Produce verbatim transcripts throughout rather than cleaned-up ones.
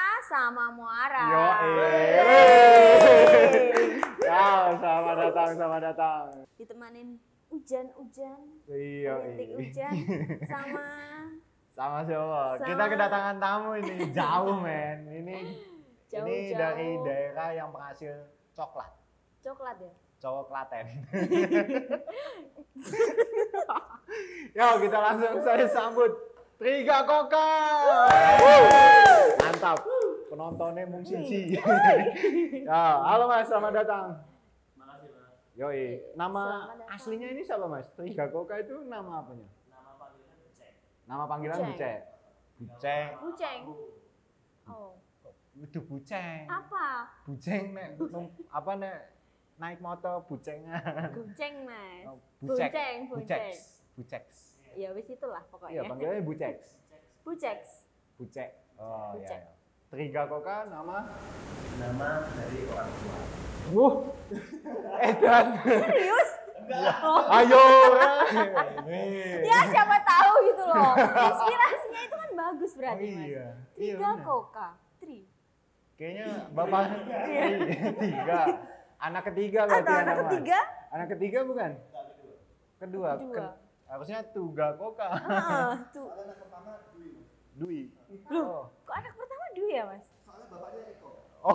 sama Muara. Yo, ya, selamat datang, selamat datang. Ditemanin hujan-hujan, Iya, rintik hujan sama sama siapa? Sama- Kita kedatangan tamu ini jauh, men. Ini Jauh, ini jauh. dari daerah yang penghasil coklat. coklat ya. Coklaten. Yo, kita langsung saya sambut Triga Koka. Mantap. Penontonnya mung siji. Ya, halo Mas, selamat datang. Makasih Mas. Yoi, nama Selamat datang. aslinya ini siapa Mas? Triga Koka itu nama apanya? Nama panggilan Bucek. Nama panggilan Buceng. Bucek. Buceng. Buceng. Oh, Itu Buceng. apa? Buceng nek num- apa nek naik motor bucengan. Buceng, Mas. Oh, Bucek. Buceng, buceng. Buceks. Buceks. Ya wis itulah Iya, pokoknya. panggilannya Buceks. Bucek. Bucek. Oh iya. Bucek. iya. Triga Koka nama Nama dari orang tua. Wuh. Edan. Serius? Oh. Ayo. Ini. Ya siapa tahu gitu loh. Inspirasinya itu kan bagus Oh berarti, Mas. iya. Iya. Triga bener. Koka. Tri. Kayaknya bapak tiga. Anak ketiga berarti Atau anak Mas. ketiga? Anak ketiga bukan? Kedua. Kedua. Ke- harusnya Tuga Koka. Heeh, tuh. Dwi. Loh, Oh. kok anak pertama Dwi ya, Mas? Oh.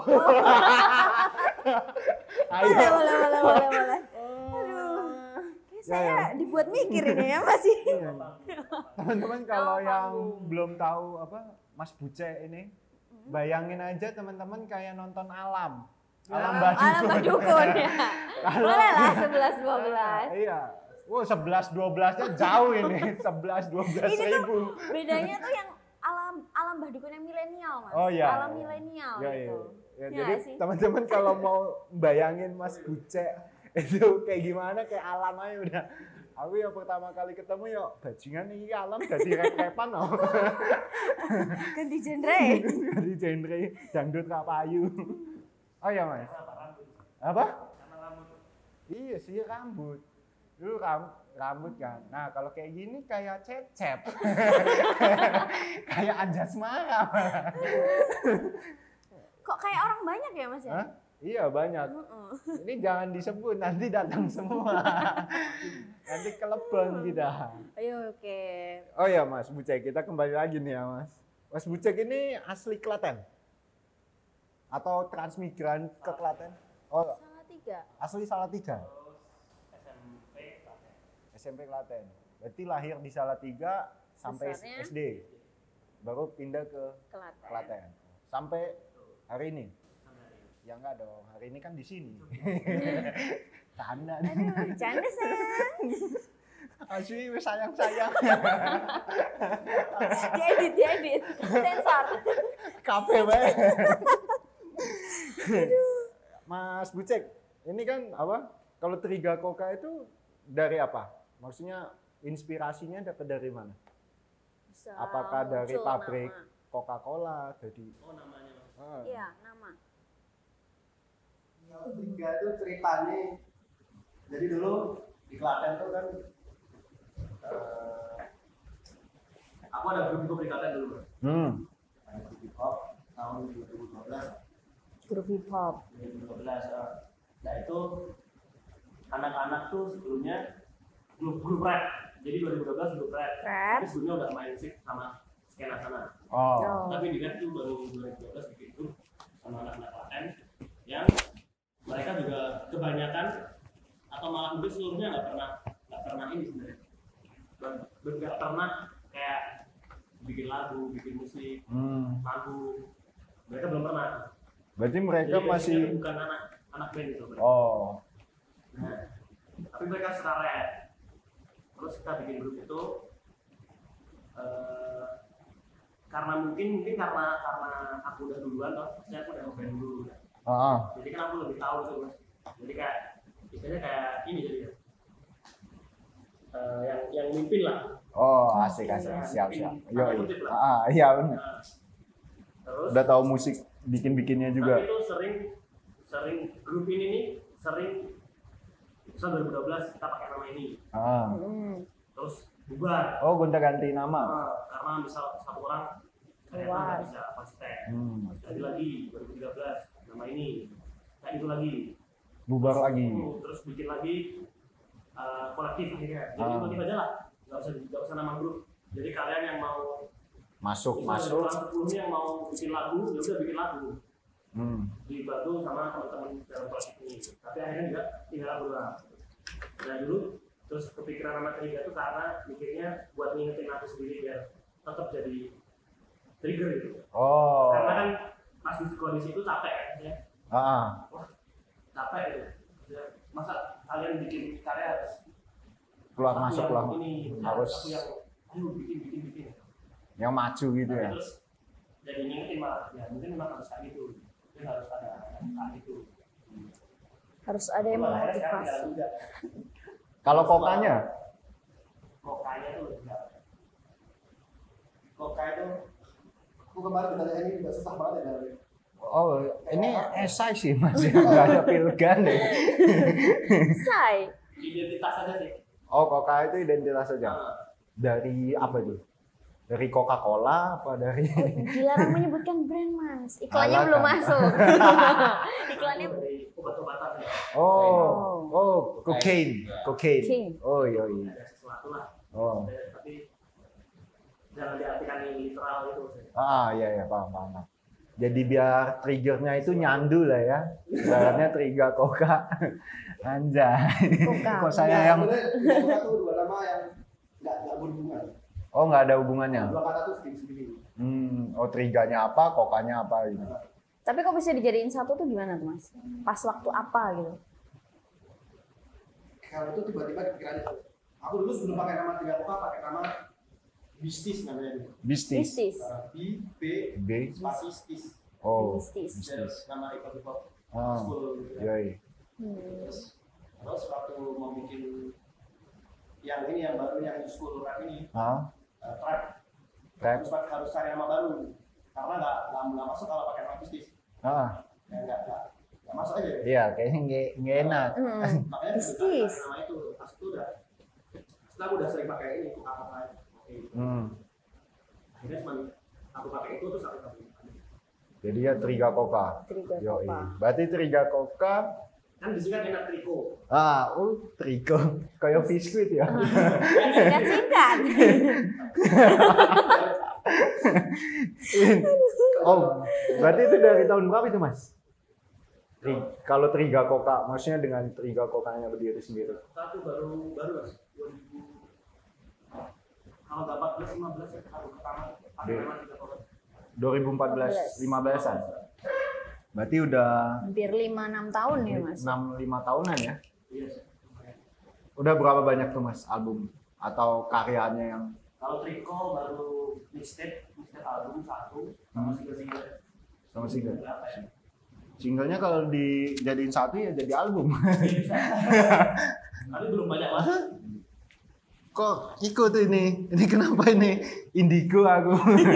Ayo. Boleh, boleh, boleh, boleh, boleh. Oh. Aduh. Kayak Ya, saya ya. dibuat mikir ini ya, masih. Iya. Teman-teman kalau Nama yang panggung. belum tahu apa Mas Buce ini, Hmm. bayangin aja teman-teman kayak nonton alam. Alam Alam Badukun. Badukun ya. Kalau- Boleh lah sebelas dua belas. Iya. Wow, sebelas dua belasnya jauh ini. sebelas dua belas Ini tuh ribu. bedanya tuh yang alam alam Badukun yang milenial, Mas. Oh iya. Alam milenial Ya, gitu. Ya, Iya jadi nggak sih? teman-teman kalau mau bayangin Mas Buce itu kayak gimana, kayak alam aja udah. Aku yang pertama kali ketemu ya bajingan ini alam jadi rep-repan loh. Ganti genre. Jadi genre dangdut kapayu. Oh ya Mas. Kenapa rambut? Apa? Karena rambut. Iya sih rambut. Dulu ram, rambut kan. Nah kalau kayak gini kayak cecep. Kayak Anjasmara. Kok kayak orang banyak ya, Mas ya? Hah? Iya banyak. Heeh. Ini jangan disebut, nanti datang semua. Nanti kelebon kita. Ayo, oke. Oh ya Mas Bucek, kita kembali lagi nih ya Mas. Mas Bucek ini asli Klaten? Atau transmigran ke Klaten? Oh, Salah tiga. asli Salatiga? Terus S M P Klaten. S M P Klaten. Berarti lahir di Salatiga sampai Besarnya? S D. Baru pindah ke Klaten. Klaten. Sampai hari ini? Sampai hari ini. Ya enggak dong, hari ini kan di sini. Canda. Aduh, canda sayang. Asli wis sayang-sayang. Diedit, diedit. Sensor. Kafe bae. Mas Bucek, ini kan apa? Kalau Triga Koka itu dari apa? Maksudnya inspirasinya dapat dari mana? Bisa Apakah dari muncul pabrik nama. Coca-Cola, dari Oh namanya Mas. ah, Iya, nama. Kalau tiga itu ceritanya, jadi dulu di Klaten tuh kan, eh, Aku ada grup grup di Klaten dulu. Mas. hmm. ada grup hip hop tahun dua ribu dua belas. Grup hip hop. dua ribu dua belas. eh. Nah itu anak-anak tuh sebelumnya grup grup rap. Jadi dua ribu dua belas grup rap. Rap. Tapi sebelumnya udah main musik sama skena sana. Oh. Oh. Tapi di Klaten tuh baru dua ribu dua belas bikin grup sama anak-anak Klaten yang mereka juga kebanyakan atau malah mungkin seluruhnya nggak pernah nggak pernah ini sebenarnya Ber- nggak pernah kayak bikin lagu, bikin musik, Hmm. lagu mereka belum pernah. Berarti mereka Jadi masih basicnya bukan anak anak band gitu. oh. Nah, tapi mereka suka rap. Terus kita bikin grup itu eh, karena mungkin mungkin karena karena aku udah duluan loh, saya aku udah band dulu. Kan. Ah. Jadi kan aku lebih tahu tuh Mas. Jadi kayak istilahnya kayak ini jadi ya. Eh, yang yang mimpin lah. Oh, asik asik. Yang Siap mimpin, siap. tanda Yo. kutip lah. Ah, iya benar. Nah, terus Udah tahu musik bikin-bikinnya juga. tapi itu sering sering grup ini nih sering misal dua ribu dua belas kita pakai nama ini Ah. Hmm. terus bubar. Oh, gonta-ganti nama. Nah, karena misal satu orang ternyata Keluar. nggak bisa konsisten. Hmm. Jadi itu lagi. Bubar lagi. Terus bikin lagi uh, kolektif akhirnya. Jadi Ah. kolektif aja lah, nggak usah nggak usah nama grup. Jadi kalian yang mau Masuk, misalnya masuk. kelas sepuluh yang mau bikin lagu, ya udah bikin lagu. Hmm. Dibantu sama teman-teman dalam kolektif ini. Tapi akhirnya juga tinggal lagu doang. Nah dulu terus kepikiran sama Triga itu karena mikirnya buat ngingetin aku sendiri biar tetap jadi trigger gitu. Oh. Karena kan pas di kondisi itu capek kan ya. Ah. Wah, capek gitu. Ya, masa kalian bikin karya harus Keluar aku masuk yang lah. ini, Harus aku yang ayo bikin bikin bikin. yang maju gitu Tapi ya. terus jadi ngingetin malah ya mungkin memang harus kayak gitu. Mungkin harus ada kayak gitu. Harus ada yang Cuma akhirnya sekarang memotivasi. tinggal juga. Kalau kokanya? Kokanya tuh enggak. Koka itu aku kemarin ditanya ini juga susah banget ya dari. Oh, ini esai sih Mas, ya nggak ada pilgan deh. Say. Identitas aja sih. Oh, koka itu identitas saja. Nah, Dari apa tuh? Dari Coca-Cola apa dari? Dilarang menyebutkan brand, Mas. Iklannya Alah, belum kan. masuk. Iklannya dari obat-obatan ya. Oh, oh, cocaine, cocaine. Cocaine. Oh, iya iya. Ada sesuatu lah. Oh, Eh, tapi jangan diartikan yang literal itu. ah iya iya paham paham. paham. Jadi biar triggernya itu nyandu lah ya. Ibaratnya trigger Coca. Anjay. Coca. Kok saya Nah, yang sebenarnya Koka tuh dua nama yang nggak nggak berhubungan. oh nggak ada hubungannya. Dua kata tuh sendiri-sendiri. Hmm, oh triggernya apa, kokanya apa gitu. Tapi kok bisa dijadiin satu tuh gimana tuh, Mas? Pas waktu apa gitu? Kalau itu tiba-tiba pikiran itu. Aku dulu sebelum pakai nama tiga Koka pakai nama Bistis namanya dulu. Bisnis. Bisnis. Uh, B B B. spasi stis. Oh, Bisnis. Dan bisnis. nama hip hop Ah, school gitu ya. iya iya. Hmm. Terus terus waktu mau bikin yang ini yang baru yang school rap ini Ah, uh, trap trap. harus pakai- harus cari nama baru karena nggak nggak nggak masuk kalau pakai nama bisnis Ah, ya nggak nggak nggak masuk aja. iya kayaknya nggak nggak enak. Hmm. Makanya Bisnis. cari nama itu pas itu udah setelah aku udah sering pakai ini aku apa oke Hmm. akhirnya cuma aku pakai itu terus aku pakai Jadi ya trigger Coca. Trigger Yoi. Coca. Berarti trigger Coca. kan di sini kan enak triko. Ah, oh trigger. Kayak biskuit ya. Singkat-singkat. Oh, berarti itu dari tahun berapa itu Mas? Tri- kalau trigger Coca, maksudnya dengan trigger Coca-nya berdiri sendiri. Satu baru baru mas dua ribu kalau nggak empat belas lima belas ya aku pertama pakai Iya. nama tiga orang. dua ribu empat belas lima belasan. Berarti udah Hampir lima enam tahun ya, Mas. enam lima tahunan ya. Iya sih. Lumayan. Udah berapa banyak tuh Mas album atau karyanya yang Kalau Triko baru mixtape, mixtape album satu sama Hmm. single-single. sama single? Berapa ya? Singlenya kalau dijadiin satu ya jadi album. Bisa. Tapi belum banyak lah. Kok ikut ini? Ini kenapa ini? Indigo aku.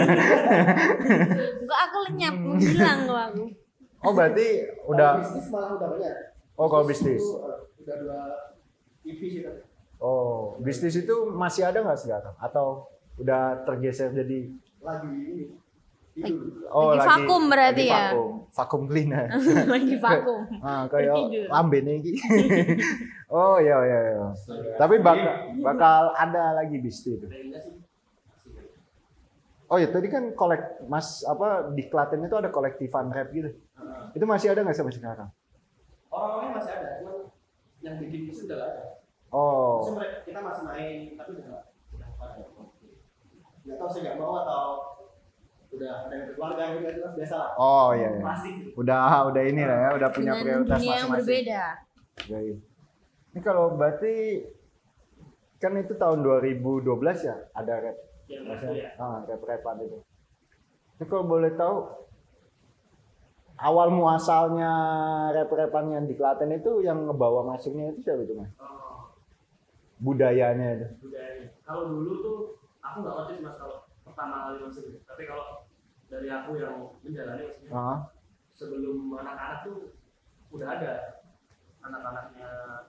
Kok aku lenyap, menghilang kok aku. Oh berarti udah. Kalau bisnis malah udah banyak. Oh kalau bisnis. Itu, uh, udah dua E P sih tapi. Oh bisnis itu masih ada nggak sekarang? Atau udah tergeser jadi? Lagi ini. Lagi- Itu. Oh, Lagi vakum berarti lagi ya? Vakum, vakum cleaner. Lagi vakum. Ah kayak Tertidur. lambe nih. Oh iya iya iya. Tapi bakal bakal ada lagi bisnis itu. Kayaknya sih. Oh ya tadi kan kolek Mas apa di Klaten itu ada kolektifan rap gitu. Heeh. Itu masih ada nggak sampai sekarang? Orang-orangnya masih ada, cuman yang bikin itu udah nggak ada. Oh. Maksudnya mereka, kita masih main, tapi udah nggak udah nggak ada. Nggak tahu saya nggak mau atau udah ada yang berkeluarga gitu itu kan biasa lah. Oh iya iya. Klasik. Udah udah ini lah ya, udah punya Dengan prioritas dunia yang masing-masing. berbeda. Ya, iya. Ini kalau berarti kan itu tahun dua ribu dua belas ya ada rap. Yang itu Maksudnya, ya. ah, rap-rapan itu. Ini kalau boleh tahu awal muasalnya rap-rapan yang di Klaten itu yang ngebawa masuknya itu siapa itu Mas? Oh, Budayanya itu. budayanya. Kalau dulu tuh aku nggak ngerti sih mas kalau pertama kali masuk gitu. Tapi kalau dari aku yang menjalani maksudnya Ah, sebelum anak-anak tuh udah ada anak-anaknya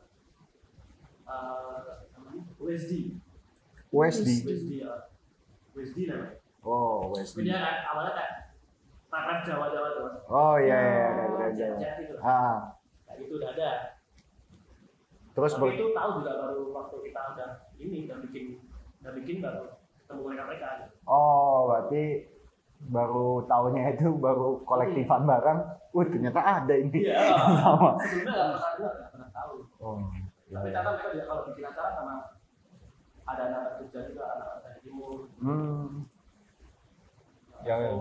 uh, namanya W S D. W S D. W S D ya. W S D namanya. Oh, W S Tapi D. dia kan awalnya kayak rap Jawa-Jawa tuh mas. Oh iya iya iya, Oh, rap Jawa. Chat-chat gitu lah. Ah, itu udah ada. Terus Tapi ber- itu tahu juga baru waktu kita udah ini udah bikin udah bikin baru ketemu mereka mereka. Oh, berarti baru tahunya itu baru kolektifan barang. Uh, ternyata ada ini. Iya. Sama. Sebelumnya nggak pernah dengar, nggak pernah tahu. Oh. Tapi ternyata mereka juga kalau bikin acara sama ada anak Jogja juga, anak dari Timur. Hmm. Ya, ya.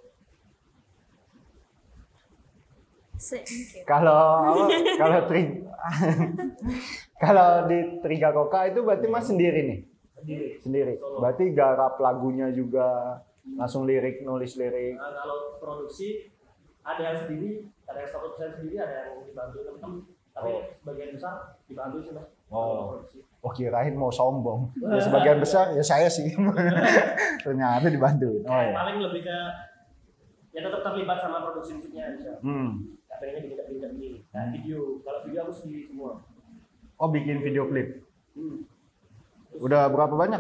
Sedikit. Kalau apa, kalau tri kalau di Triga Koka itu berarti Mas sendiri nih. Sendiri. Sendiri. Solo. Berarti garap lagunya juga, langsung lirik, nulis lirik. Nah, kalau produksi ada yang sendiri, ada yang satu persen sendiri, ada yang dibantu teman-teman. Tapi Oh. sebagian besar dibantu sih mas. Oh. Kalau produksi. Oh, kirain mau sombong. Ya sebagian besar ya saya sih. Ternyata dibantuin. Oh ya. Paling lebih ke ya tetap terlibat sama produksi musiknya bisa. Hmm. Katanya gini gini gini gini. Nah video, kalau video aku sendiri semua. Oh, bikin video klip. Hmm. Terus, Udah berapa banyak?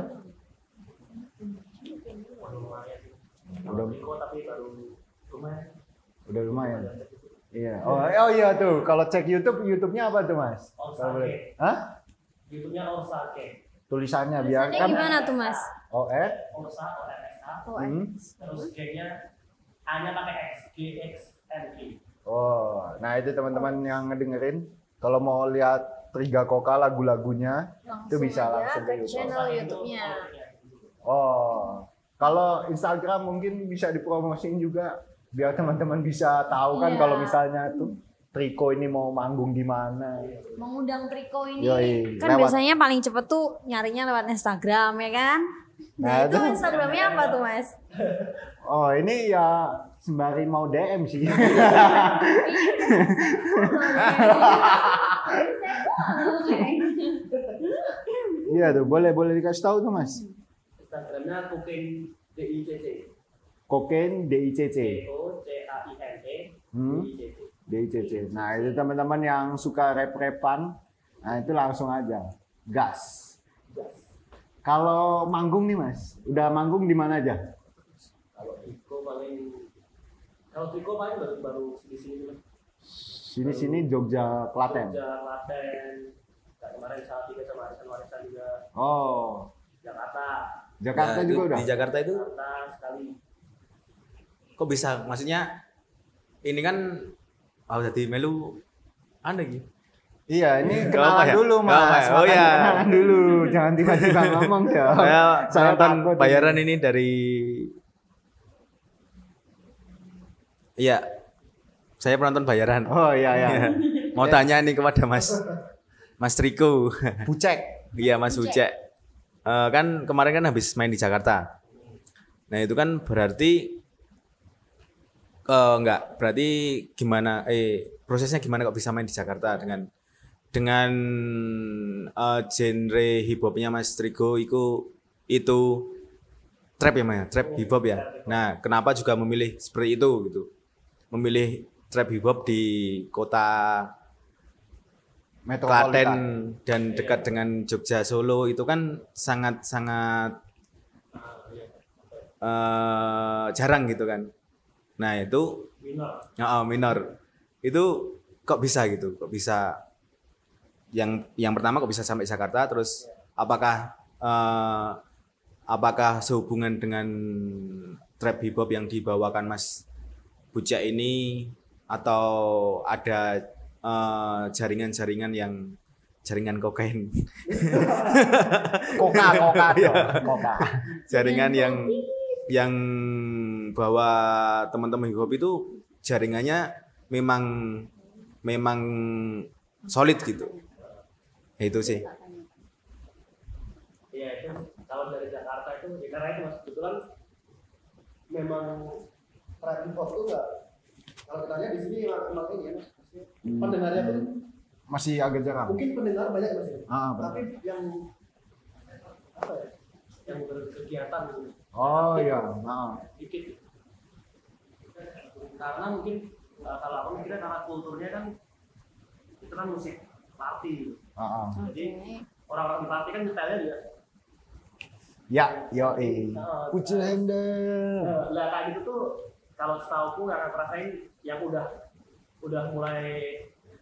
waduh, lumayan sih. Udah. Kalau tapi baru lumayan. Udah lumayan. Iya. Oh, oh iya tuh. Kalau cek YouTube, YouTube-nya apa tuh, Mas? Orsake. Kalau boleh. Hah? YouTube-nya Orsake. Tulisannya biar Tulisannya kan gimana tuh Mas? O R. Orsa, O R S A. Oh, Hmm. Terus G-nya A-nya pakai X, G X N G. Oh, nah itu teman-teman yang ngedengerin, kalau mau lihat Triga Koka lagu-lagunya, itu bisa aja langsung ke ke YouTube. channel YouTube-nya. Oh, kalau Instagram mungkin bisa dipromosiin juga, biar teman-teman bisa tahu kan Iya. kalau misalnya tuh Triko ini mau manggung di mana. Mengundang Triko ini Yoi, kan lewat. biasanya paling cepet tuh nyarinya lewat Instagram ya kan? Nah, Nah, itu itu- Instagramnya apa tuh Mas? Oh, ini ya sembari mau D M sih. Iya tuh, boleh boleh dikasih tahu tuh Mas. Instagramnya Cooking D I C C. Kokain D I C C. C O C A I N E Hmm. D I C C. D I C C. Nah, itu teman-teman yang suka rap-rapan, nah itu langsung aja. Gas. Gas. Kalau manggung nih Mas, udah manggung di mana aja? Kalau Triko paling kalau Triko paling baru baru di sini mas. Sini-sini Jogja, Klaten. Jogja, Klaten. Kayak kemarin saat tiga sama Arisan Warisan juga. Oh, Jakarta. Jakarta Nah, itu juga udah. di Jakarta itu Jakarta sekali. kok bisa? Maksudnya ini kan oh jadi melu anda gitu. Iya, ini Gak apa kenalan ya? dulu Gak Mas. apa ya? Oh, Makanya iya. kenalan dulu, jangan tiba-tiba ngomong dong. Saya, Saya nonton takut bayaran ini. ini dari Iya. Saya penonton bayaran. Oh iya ya. Mau tanya nih kepada Mas Mas Triko. Bucek. Iya Mas Ucek. Eh, kan kemarin kan habis main di Jakarta. Nah itu kan berarti eh enggak, berarti gimana eh prosesnya gimana kok bisa main di Jakarta dengan dengan eh, genre hip hopnya Mas Trigo itu itu trap ya Mas, trap hip hop ya. Nah, kenapa juga memilih seperti itu gitu? Memilih trap hip hop di kota Klaten Metropolitan. dan dekat dengan Jogja Solo itu kan sangat sangat eh, jarang gitu kan. Nah itu Minor. ya, minor itu kok bisa gitu, kok bisa yang yang pertama kok bisa sampai Jakarta, terus apakah eh, apakah sehubungan dengan trap hip hop yang dibawakan Mas Bucek ini atau ada eh, jaringan-jaringan yang jaringan kokain Koka, koka dong. Koka. jaringan yang yang bahwa teman-teman hip hop itu jaringannya memang memang solid gitu. Ya, itu sih. Iya itu kalau dari Jakarta itu ya karena itu mas kebetulan memang Trap hip hop tuh enggak, kalau kita lihat di sini emang emang ini ya mas, maksudnya Hmm. pendengarnya pun Masih agak jarang. mungkin pendengar banyak mas ya. Ah, benar. Tapi yang apa ya? yang berkegiatan gitu. Oh iya. Nah. Dikit. Karena mungkin uh, kalau aku mikirnya karena kulturnya kan itu kan musik party. Gitu. Ah, ah. Jadi orang-orang di party kan detailnya dia. Ya, yo eh. Put your hand up. Nah, lah kayak gitu tuh kalau setauku yang aku rasain yang udah udah mulai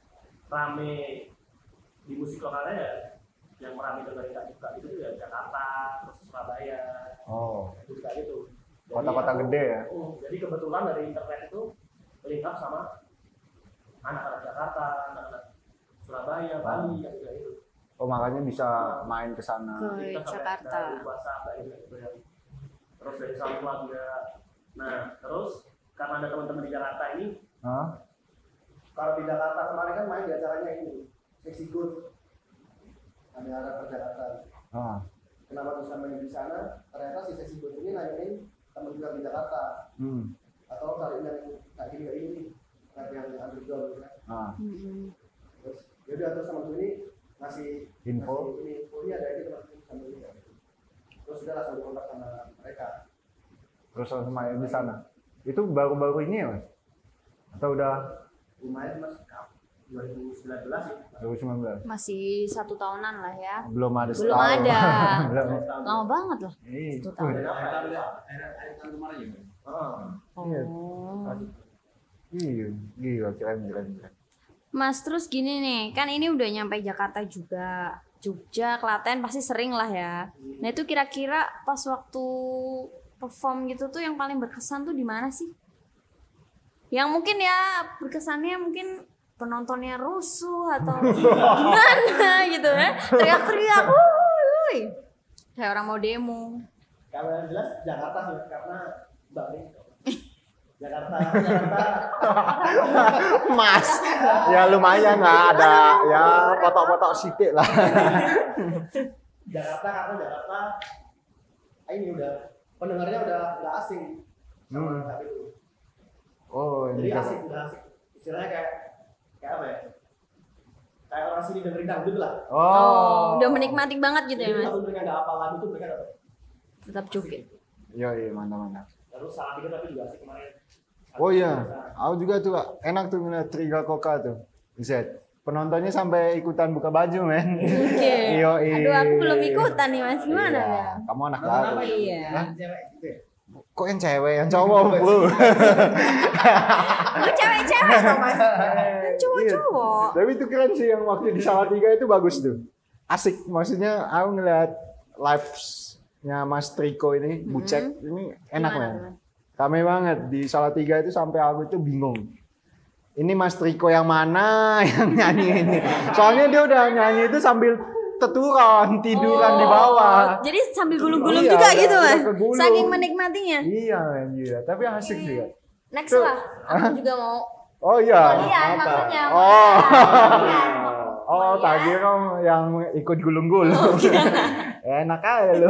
rame di musik lokalnya ya, yang rame dengerin Kak Cipta itu ya Jakarta, terus Surabaya, Oh, itu kayak gitu. Jadi kota-kota aku- gede ya. Oh, jadi kebetulan dari internet itu link up sama anak-anak Jakarta, anak-anak Surabaya, Bali, yang kayak gitu. Oh, makanya bisa main ke sana. Ke Kita sampai Jakarta. dari WhatsApp kayak gitu ya. Terus dari SoundCloud juga. Nah, terus karena ada teman-teman di Jakarta ini, Hah? Kalau di Jakarta kemarin kan main di acaranya ini, Seksi Good. Ada arah Jakarta. Ah. Kenapa bisa main di sana? Ternyata si Seksi Good ini nanyain teman juga di Jakarta. Hmm. Atau kali ini yang kayak gini kayak ini, kayak yang underground gitu kan. Ah. Mm-mm. Terus yaudah terus teman gue ini ngasih Info. ngasih ini info ini ada ini teman gue sama ini. Terus udah langsung kontak sama mereka. Terus langsung main di sana. Itu baru-baru ini ya, Mas? Atau udah Lumayan mas, dua ribu sembilan belas ya. dua ribu sembilan belas? Masih satu tahunan lah ya. Belum ada Belum setahun. ada. Belum. Lama banget loh. Ih, Satu tahun. Dan apa ya? kemarin ya. Oh. Iya. Iya, gila, keren, keren, keren. Mas, terus gini nih, kan ini udah nyampe Jakarta juga. Jogja, Klaten pasti sering lah ya. Nah itu kira-kira pas waktu perform gitu tuh yang paling berkesan tuh di mana sih? Yang mungkin ya berkesannya mungkin penontonnya rusuh atau gimana gitu ya. Teriak-teriak, wuih. Kayak orang mau demo. Kalau yang jelas Jakarta sih karena Mbak Rin. Jakarta, Jakarta. Mas, ya lumayan lah, ada ya potok-potok sidik lah. Jakarta karena Jakarta ah, ini udah pendengarnya udah udah asing sama Hmm. saat itu. Oh, Jadi ini asik udah asik. Istilahnya kayak kayak apa ya? Kayak orang sini dengerin dangdut lah. Oh, udah menikmati banget gitu ya Jadi mas. kalau mereka nggak hafal lagu tuh mereka dapat. Tetap joget. Iya, iya, mantap, mantap. Terus salah dikit tapi juga asik kemarin. Oh iya, aku juga tuh enak tuh ngeliat Triga Koka tuh. Buset, penontonnya sampai ikutan buka baju, men. Oke. Iyo, iya. Aduh, aku belum ikutan nih mas. Gimana Iya, ya? kamu anak baru. Iya. Hah? Cewek gitu ya. Kok yang cewek, yang cowok, bro? Aku cewek-cewek kok mas. Kan cowok-cowok. Tapi itu keren sih yang waktu di Salatiga itu bagus tuh. Asik, maksudnya aku ngeliat live-nya Mas Triko ini, Bucek, ini enak Gimana, men. Mas? Rame banget di Salatiga itu sampai aku itu bingung. Ini Mas Triko yang mana yang nyanyi ini? Soalnya dia udah nyanyi itu sambil teturan, tiduran di bawah. Oh, jadi sambil gulung-gulung Iya, juga udah- gitu udah mas. kegulung. Saking menikmatinya. Iya, men, gila. Tapi asik sih ya. Next Tuh. lah. Aku juga mau. Oh iya. Kalian Apa? maksudnya. Oh. Kalian. Oh, tak kira yang ikut gulung-gulung. Enak aja lu.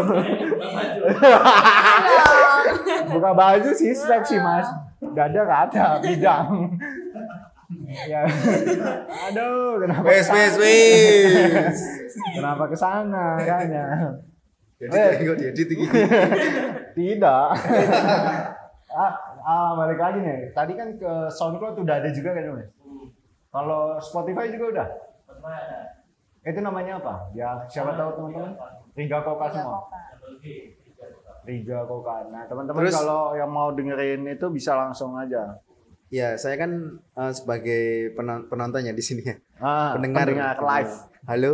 Buka baju sih sih Mas. Dada nggak ada, bidang. Ya. Aduh, kenapa? Wes wes wes. Kenapa ke sana kayaknya? Jadi kok diedit iki. Tidak. ah, ah, balik lagi nih. Tadi kan ke SoundCloud udah ada juga kan, Mas? Kalau Spotify juga udah? Pertama ada Itu namanya apa? Ya, siapa tahu teman-teman? Riga Koka semua. double G, tiga kota. Riga Koka. Nah, teman-teman Terus- kalau yang mau dengerin itu bisa langsung aja. Ya, saya kan eh, sebagai penon- penontonnya di sini ya. Ah, Pendengar. live. Halo.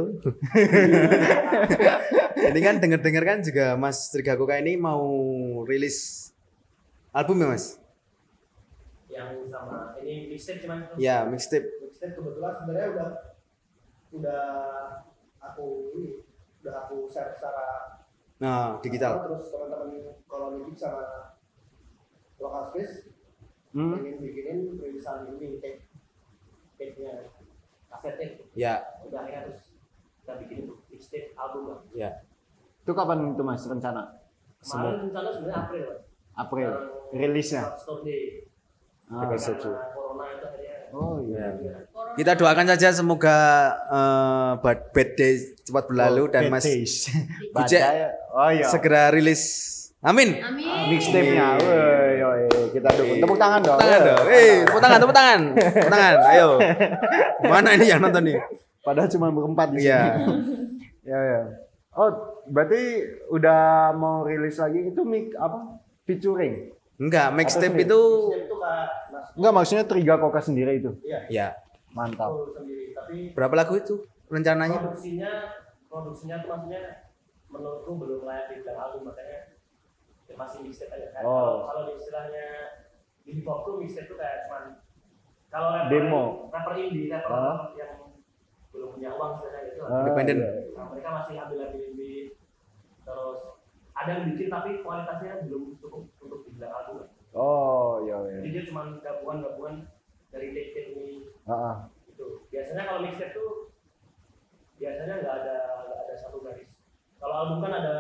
Ini kan denger-denger kan juga Mas Triga Koka ini mau rilis album ya, Mas? Yang sama ini mixtape cuman Ya, mixtape. Mixtape kebetulan sebenarnya udah udah aku ini udah aku share secara Nah, digital. terus teman-teman kalau Nidik sama Local Space Hmm? ingin bikinin rilisan ini tape tape-nya kasetnya gitu. Ya, Udah akhirnya terus kita bikinin mixtape album lah. ya. Itu kapan itu Mas rencana? kemarin rencana sebenarnya April Mas. April. Sekarang Rilisnya. Store Day. Ah, April. Karena corona itu akhirnya oh iya. Ya. Kita doakan saja semoga eh, bad bad day cepat berlalu dan Mas Bucek Badai. Oh iya. segera rilis. Amin. Amin. Mixtape-nya. Woi, woi, kita dukung. Tepuk tangan dong. Tepuk tangan dong. Eh, tepuk tangan, tepuk tangan. Tepuk tangan. Ayo. Mana ini yang nonton nih? Padahal cuma berempat di Iya. sini. Ya, ya. Oh, berarti udah mau rilis lagi itu mic apa? Featuring. Enggak, mixtape sendiri? itu Mixtape itu kayak mas Enggak, maksudnya Triga Koka sendiri itu. iya ya. Mantap. full sendiri tapi tapi Berapa lagu itu rencananya? produksinya produksinya tuh maksudnya menurutku belum layak dibilang album, makanya ya masih mixtape aja kan. Oh. Kalau kalau di istilahnya di hip hop tuh mixtape tuh kayak cuman kalau rapper Demo. rapper indie, rapper Ah. yang belum punya uang sebenarnya gitu. Ah, Independen. iya. Nah, mereka masih ambil ambil beat, terus ada yang bikin tapi kualitasnya belum cukup untuk dibilang album. Oh, iya iya. Jadi dia cuma gabungan-gabungan dari take-take ini Heeh. gitu. Biasanya kalau mixtape tuh biasanya nggak ada nggak ada satu garis. Kalau album kan ada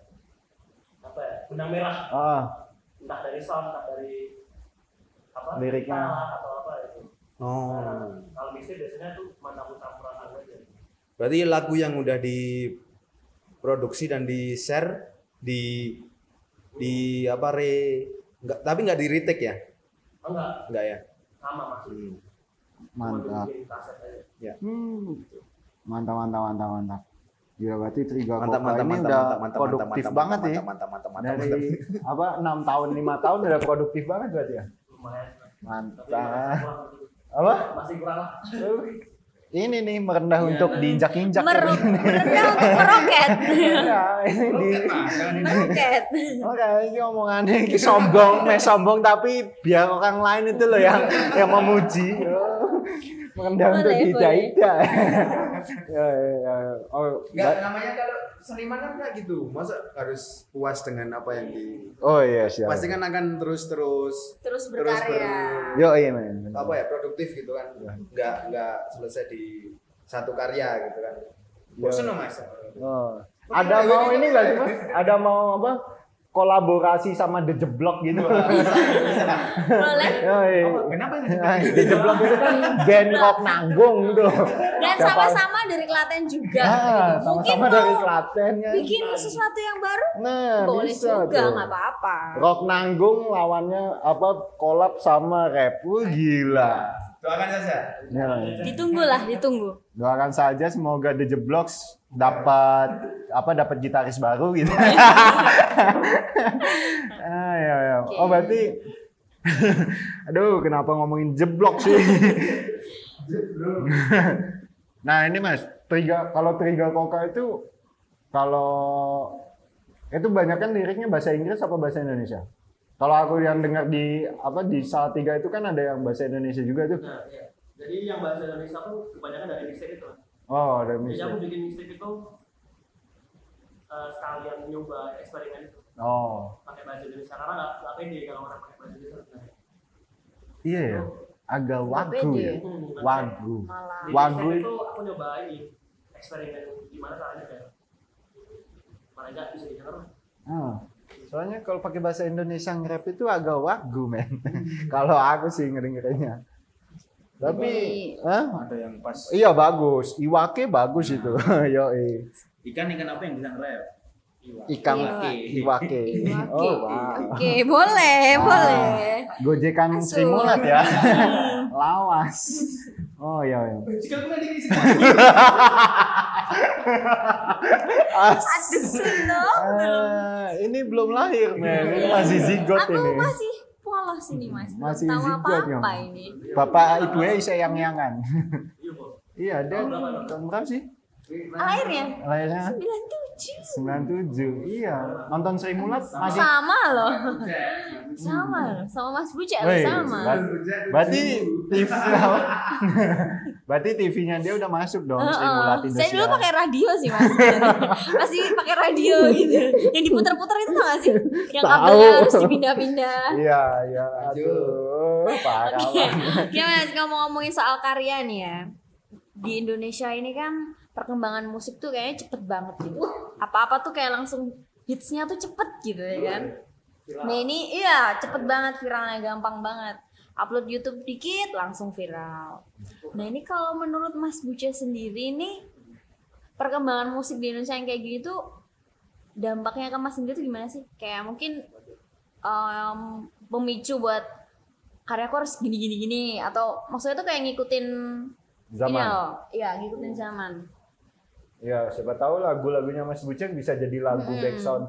apa ya, benang merah, Ah, entah dari sound, entah dari apa Liriknya. kata atau apa itu. Oh. Nah, kalau mixtape biasanya tuh cuma campur-campuran lagu aja. Berarti lagu yang udah diproduksi dan di share di di apa re enggak, tapi nggak di retake ya? Oh, enggak, Enggak ya? sama masih. Hmm. Cuma mantap. dibikin kaset aja. Hmm. Mantap, mantap, mantap, mantap. Ya berarti Triga Mantap, Koka mantap, ini mantap, udah mantap, mantap, produktif mantap, banget mantap, ya. mantap, mantap, mantap, mantap. Dari apa enam tahun, lima tahun udah produktif banget berarti ya. Lumayan. Tapi Mantap. masih kurang. Apa? Masih kurang lah. Ini nih merendah untuk diinjak-injak. Meru- merendah untuk meroket. Ya, ini di Meroket. Oke, ini omongannya ini sombong, mes sombong tapi biar orang lain itu loh yang yang memuji. Oh, merendah untuk Boleh, tidak-tidak. Ya, ya, ya. Oh, Enggak, ba- namanya kalau seniman kan enggak gitu. Masa harus puas dengan apa yang di oh iya siap. pasti kan akan terus-terus Terus terus ber, berkarya. Yo iya men. apa ya produktif gitu kan. Enggak enggak selesai di satu karya gitu kan. Bosen dong Mas. Oh. Ada mau ini enggak sih Mas? Ada mau apa? Kolaborasi sama The Jeblok gitu. Boleh. Ya, iya. Kenapa ini? Nah, The Jeblok itu kan band rock nanggung gitu. Dan Siapa- sama-sama dari Klaten juga. Ah, gitu. Mungkin sama-sama dari mau Klaten kan. bikin sesuatu yang baru, Nah, boleh bisa juga, tuh. nggak apa-apa. Rock nanggung lawannya apa collab sama rap. Wah, gila. Doakan saja. Ya, Ditunggu lah, ditunggu. doakan saja semoga The Jebloks dapat apa dapat gitaris baru gitu. ah, ya, ya. Oh berarti aduh kenapa ngomongin jeblok sih? Nah ini Mas, Triga kalau Triga Koka itu kalau itu banyak kan liriknya bahasa Inggris apa bahasa Indonesia? Kalau aku yang dengar di apa di Salatiga itu kan ada yang bahasa Indonesia juga tuh. Nah, iya. Jadi yang bahasa Indonesia tuh kebanyakan dari mixtape itu. Oh, ada Jadi aku mixtape. bikin mixtape itu eh, sekalian nyoba eksperimen itu Oh, pakai bahasa Indonesia karena nggak nggak pede kalau orang pakai bahasa Indonesia sebenarnya. iya ya. Agak wagu Pede. ya. Hmm, Wagu. Malah. Di Wagu mixtape itu- itu aku nyoba ini eksperimen gimana caranya kayak mana nggak bisa didengar. Ah. Soalnya kalau pakai bahasa Indonesia nge-rap itu agak wagu, men. Kalau aku sih ngedengerinnya. Tapi, Jadi- Hah? Ada yang pas Iya bagus. Iwake bagus itu. Yo, ikan-ikan apa yang bisa nge-rap? ikan Iwake. iwake. Oke, Oh, wow. oke, boleh, Ah. boleh. Gojekan Masuk. Sri Mulat ya. Lawas. Oh iya iya. As. Aduh, Ah, ini belum lahir, men. Ini masih zigot aku ini. masih polos ini mas. Belum Masih tahu zigot, apa-apa ya. ini. Bapak ibunya sayang-yangan. Iya kok. Iya, dia tahun berapa sih? Akhirnya Lahirnya sembilan tujuh. sembilan tujuh. Iya. Nonton Sri Mulat masih. Sama loh. Sama loh. Sama Mas Bucek loh, Woi, sama. ber- Berarti T V Berarti T V-nya dia udah masuk dong Sri Heeh. Mulat Saya Indonesia. dulu pakai radio sih mas. Masih pakai radio gitu. Yang diputar-putar itu tau gak sih? Yang Tahu. kabelnya harus dipindah-pindah. Iya, iya. Aduh, parah Oke, banget. ya mas, ngomong-ngomongin soal karya nih ya. Di Indonesia ini kan perkembangan musik tuh kayaknya cepet banget gitu. Apa-apa tuh kayak langsung hitsnya tuh cepet gitu ya kan. Nah ini iya cepet banget viralnya, gampang banget. Upload YouTube dikit langsung viral. Nah ini kalau menurut Mas Buce sendiri nih perkembangan musik di Indonesia yang kayak gini tuh dampaknya ke Mas sendiri tuh gimana sih? Kayak mungkin em, pemicu buat karyaku harus gini-gini gini atau maksudnya tuh kayak ngikutin ini Zaman. loh, iya ngikutin zaman. Ya, siapa tahu lagu-lagunya Mas Bucek bisa jadi lagu Hmm. background Tik-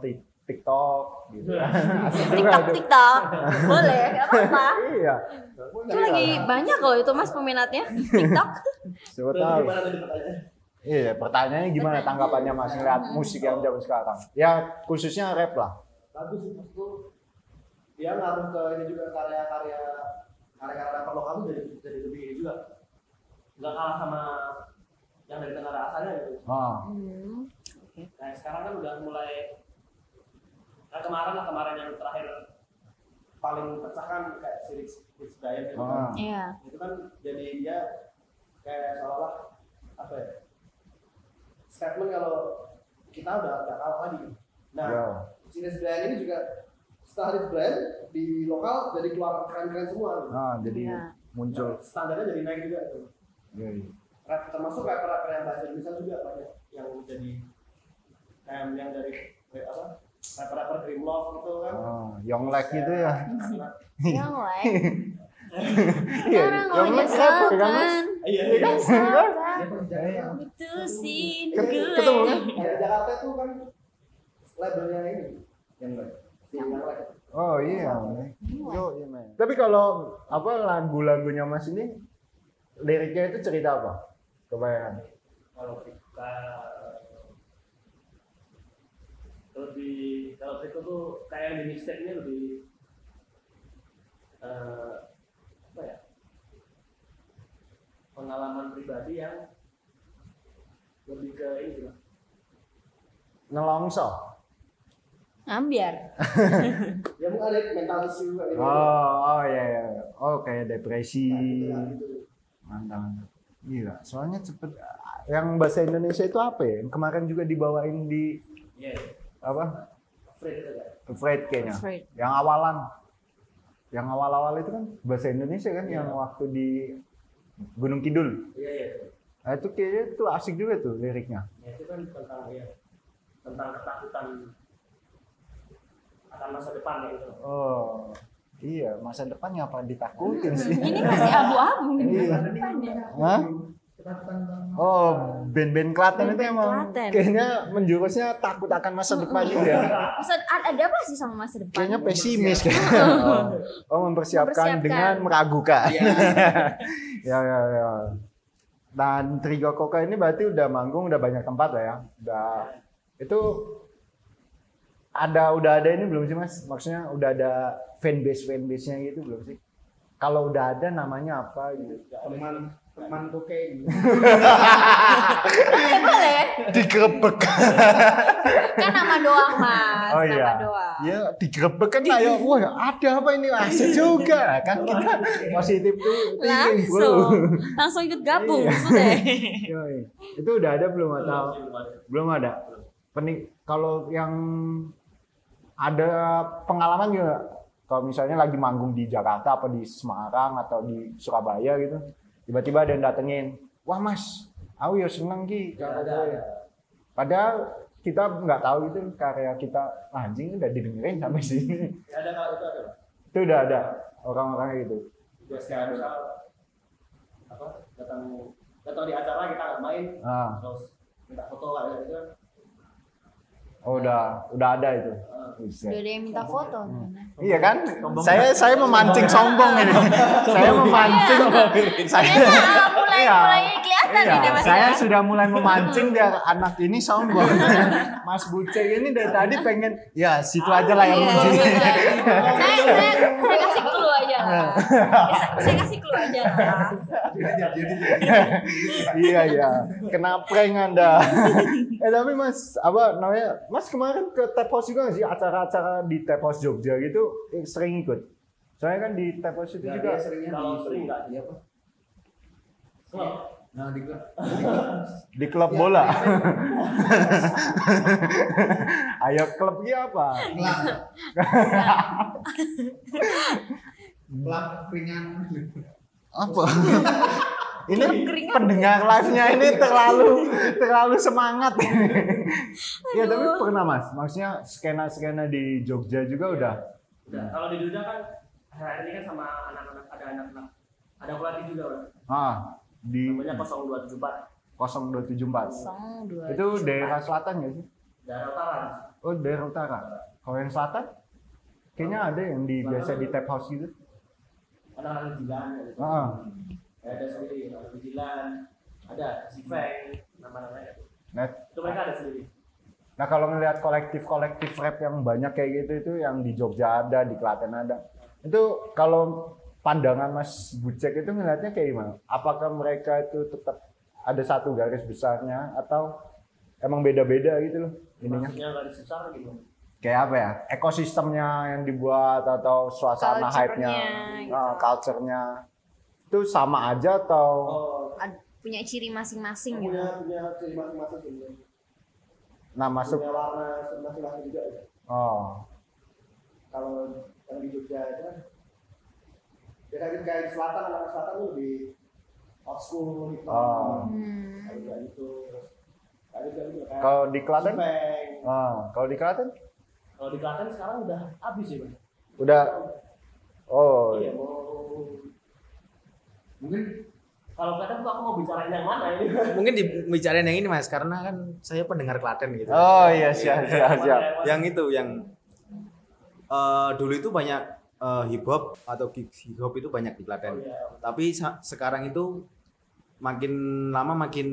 TikTok gitu. Asik juga TikTok itu. TikTok. Boleh, enggak apa-apa. Iya. Itu lagi banyak loh itu Mas peminatnya TikTok. Siapa Terus tahu. gimana tadi pertanyaannya? Iya, pertanyaannya gimana tanggapannya Mas ngeliat musik yang zaman sekarang? Ya khususnya rap lah. Bagus sih maksudku. Dia ngaruh ke ini juga karya-karya karya-karya rapper lokal tuh jadi jadi lebih ini juga. Nggak kalah sama yang dari negara asalnya gitu. Ah. Hmm. Nah sekarang kan udah mulai, nah kemarin lah kemarin yang terakhir Paling pecah kan kayak si Rich, Rich Brian gitu Ah. kan. Iya. Itu kan jadi dia kayak seolah apa ya? Statement kalau kita udah nggak kalah lagi. Nah, Ya. si Rich Brian ini juga setelah Rich Brian di lokal jadi keluar keren-keren semua. Gitu. Ah, jadi Iya. muncul. Standarnya jadi naik juga tuh. Iya, iya. Rap, termasuk rapper-rapper yang bahasa Indonesia juga banyak yang jadi kayak yang dari kayak apa rapper-rapper Grimlock gitu kan. Ah, Yonglek gitu ya. Yang lain. Iya, Sekarang kau Yonglek rapper kan Mas? menyesal iya Iya kan? kan putusin Ket- gue. ketemu kan? Kayak Jakarta itu kan labelnya ini yang yang Yonglek. Oh iya. Yo, iya, men. Tapi kalau apa lagu-lagunya Mas ini liriknya itu cerita apa? Kebanyakan. kalau kita lebih kalau itu tuh kayak di mixtape ini lebih eh, apa ya pengalaman pribadi yang lebih ke ini gitu. Nelongso. Ambiar. Ya mungkin ada mental issue kayak gitu. Oh, oh iya iya. Oh kayak depresi. Nah, gitu. Mantap. Mantap. Gila, soalnya cepet. Yang bahasa Indonesia itu apa ya? Yang kemarin juga dibawain di Iya. apa? Afraid itu kan. Afraid kayaknya. Afraid. Yang awalan. Yang awal-awal itu kan bahasa Indonesia kan Iya. yang waktu di Gunung Kidul. Iya iya. Nah, itu kayaknya tuh asik juga tuh liriknya. Ya, itu kan tentang ya tentang ketakutan akan masa depan ya gitu. Oh. Iya, masa depan ngapa ditakutin sih? Ini masih abu-abu. Iya. Depannya. Hah? Oh, band-band Klaten itu Band-band emang Klaten. kayaknya menjurusnya takut akan masa depan juga. Masa, ada apa sih sama masa depan? Kayaknya pesimis kan. Oh, oh mempersiapkan, Mempersiapkan. dengan meragukan. ya ya ya. Dan Trigo Koka ini berarti udah manggung udah banyak tempat lah ya. Udah itu ada udah ada ini belum sih Mas? Maksudnya udah ada fanbase fanbase-nya gitu belum sih? Kalau udah ada namanya apa gitu? Teman teman kokain. Boleh, boleh. Digerebek. Kan nama doang mas. Oh nama iya. doang. Ya digerebek kan kayak wah ada apa ini asik juga kan kita positif tuh thinking, bro. Langsung, langsung ikut gabung Iya. sudah. Yoi. Itu udah ada belum atau belum ada? Pening kalau yang ada pengalaman juga kalau misalnya lagi manggung di Jakarta apa di Semarang atau di Surabaya gitu tiba-tiba ada yang datengin wah mas aku ya seneng ki padahal kita nggak tahu itu karya kita anjing udah didengerin sampai sini Ya ada kalau itu ada. itu udah ada orang-orang gitu Biasanya misal apa datang datang di acara kita main ah terus minta foto kayak gitu kan. oh udah udah ada itu Buset. Udah ada yang minta foto. Iya kan? Saya saya memancing sombong ini. Saya memancing. Saya Ternyata mulai Iya. mulai kelihatan Iya, ini mas. saya ya. sudah mulai memancing biar anak ini sombong. Mas Buce ini dari tadi pengen ya situ aja lah yang Iya, muncul. gitu aja. saya, saya, saya kasih clue aja lah. saya, saya kasih clue aja lah. Iya iya. Kena prank Anda. eh tapi Mas apa namanya? Mas kemarin ke Tap House juga nggak sih acara-acara di Tap House Jogja gitu eh, sering ikut. Soalnya kan di Tap House itu Ya, juga dia seringnya Kalau di sering nggak di apa? Klub. Nah, di klub. di klub bola. Ayo klub ini apa? Klub keringan. Apa? Ini pendengar live-nya ini terlalu terlalu semangat. Ya tapi pernah Mas, maksudnya skena-skena di Jogja juga udah. Udah. Kalau di Jogja kan akhir-akhir ini kan sama anak-anak ada anak-anak ada pelatih juga kan. Ah, di Namanya nol dua tujuh empat nol dua tujuh empat. Kosong dua. Itu daerah selatan nggak sih? daerah utara. Oh daerah utara. Kalau yang selatan kayaknya ada yang di biasa di tap house gitu. Anak-anak Jilan ada. Heeh. Ada sendiri, ada Jilan, ada si Feng, nama-namanya itu. Nah, Itu mereka ada sendiri. nah kalau ngelihat kolektif-kolektif rap yang banyak kayak gitu itu yang di Jogja ada, di Klaten ada. Itu kalau pandangan Mas Bucek itu ngelihatnya kayak gimana? Apakah mereka itu tetap ada satu garis besarnya atau emang beda-beda gitu loh ininya? Maksudnya garis besar gimana? Kayak apa ya? Ekosistemnya yang dibuat atau suasana hype-nya, Culture-nya, gitu. nah, culture-nya itu sama aja atau Oh, Ad- punya ciri masing-masing gitu. punya punya ciri masing-masing sebenarnya. nah masuk Punya warna masing-masing juga ya. oh Kalau yang di Jogja itu kan ya kayak kayak di selatan, anak selatan tuh lebih old school gitu. Oh. Hmm. Kayak gitu. Terus kayak gitu juga kayak kalau di Klaten? Feng. Ah, kalau di Klaten Kalau di Klaten sekarang udah habis ya, Bang. udah oh Iya, mau mungkin kalau Klaten tuh aku mau bicarain yang mana ini? Mungkin dibicarain yang ini Mas, karena kan saya pendengar Klaten gitu. oh iya siap siap siap. Yang itu yang eh, dulu itu banyak eh, hip hop atau hip hop itu banyak di Oh, Klaten. iya. Tapi sa- sekarang itu makin lama makin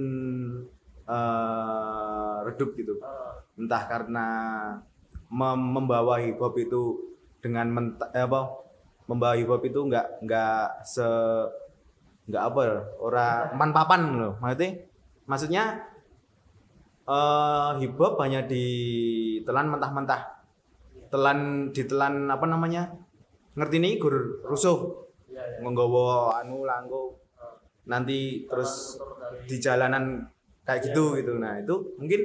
eh, redup gitu. Eh, Entah karena mem- membawa hip hop itu dengan menta- eh, apa membawa hip hop itu nggak nggak se nggak apa ya, ora manpapan loh. Maksudnya maksudnya eh, hip hop hanya ditelan mentah-mentah. Telan ditelan apa namanya? Ngerti nih gur rusuh. iya, iya. Nggawa anu langgo nanti terus di jalanan kayak gitu gitu. Nah, itu mungkin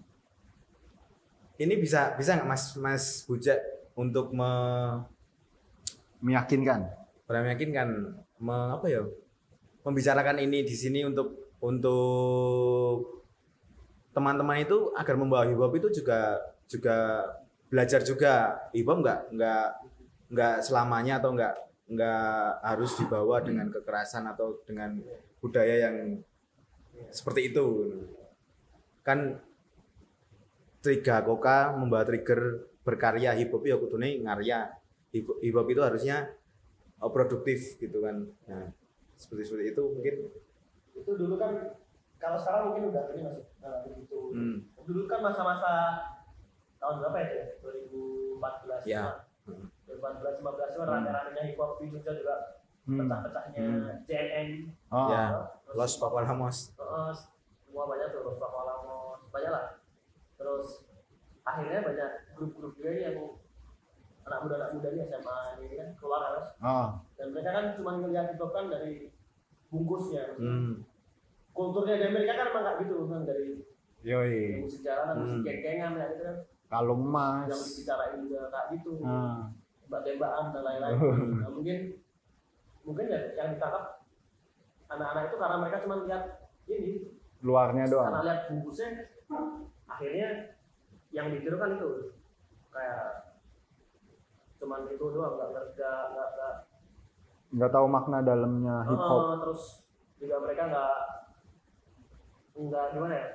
ini bisa bisa nggak Mas Mas Bujek untuk me, Meyakinkan. meyakinkan me, apa ya? Membicarakan ini di sini untuk untuk teman-teman itu agar membawa hip hop itu juga juga belajar juga hip hop nggak nggak nggak selamanya atau nggak nggak harus dibawa dengan kekerasan atau dengan budaya yang seperti itu kan. Triga Koka membawa trigger berkarya, hip hop ya kudune ngarya, hip hip hop itu harusnya oh, produktif gitu kan. Nah seperti seperti itu mungkin. Itu dulu kan kalau sekarang mungkin udah ini masih nah, begitu. Hmm. Dulu kan masa-masa tahun berapa ya? dua ribu empat belas. Ya. dua ribu empat belas lima belas itu rame-ramenya hip hop di Jogja juga Hmm. pecah-pecahnya Hmm. J N N. Oh. Ya. Terus Los Papalamos. uh, semua banyak tuh Los Papalamos banyak lah. Terus akhirnya banyak grup-grup juga yang anak muda anak muda ini S M A ini kan keluar harus Oh. dan mereka kan cuma ngelihat hip hop kan dari bungkusnya. Hmm. Kulturnya di Amerika kan emang kayak gitu kan dari Yoi. musik jalanan, musik Hmm. geng-gengan ya gitu kan. Kalung Yang emas. dibicarain juga kayak gitu. Ah. Tembak-tembakan dan lain-lain. Nah, mungkin mungkin ya yang ditangkap anak-anak itu karena mereka cuma lihat ini Luarnya karena doang. lihat bungkusnya akhirnya yang ditiru kan itu kayak cuman itu doang nggak nggak nggak nggak Nggak tahu makna dalamnya hip hop. Oh, terus juga mereka nggak nggak gimana ya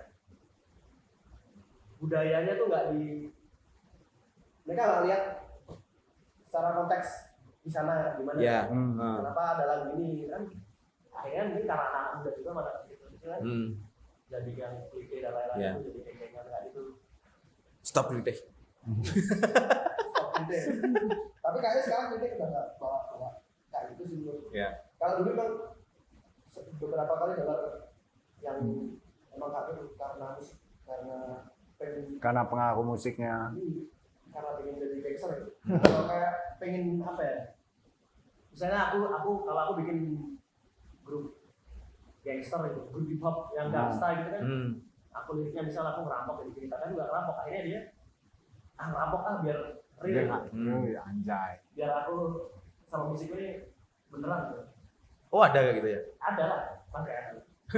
budayanya tuh nggak di mereka nggak lihat secara konteks di sana gimana Ya. Hmm. Ah. kenapa ada lagu ini kan akhirnya mungkin karena anak muda juga mana gitu gitu kan Hmm. jadi yang klike dan lain-lain Ya. itu jadi kayak kayak gitu Stop dulu deh. stop gitu ya. Tapi kayaknya sekarang kita udah nggak bawa bawa kayak gitu sih dulu. Ya. Kalau dulu kan se- beberapa kali dengar yang emang kagak karena musik karena pengen Karena pengaruh musiknya. ini, karena pengen jadi gangster gitu. Kalau kayak pengen apa ya? Misalnya aku aku kalau aku bikin grup gangster itu, grup hip hop yang Hmm. gangsta gitu kan. Hmm. Aku liriknya misalnya aku ngerampok jadi cerita kan juga ngerampok akhirnya dia ah ngerampok ah biar real Dia Hmm. Yoi, anjay. biar aku sama musik ini beneran gitu. Oh ada kayak gitu ya. Ada lah makanya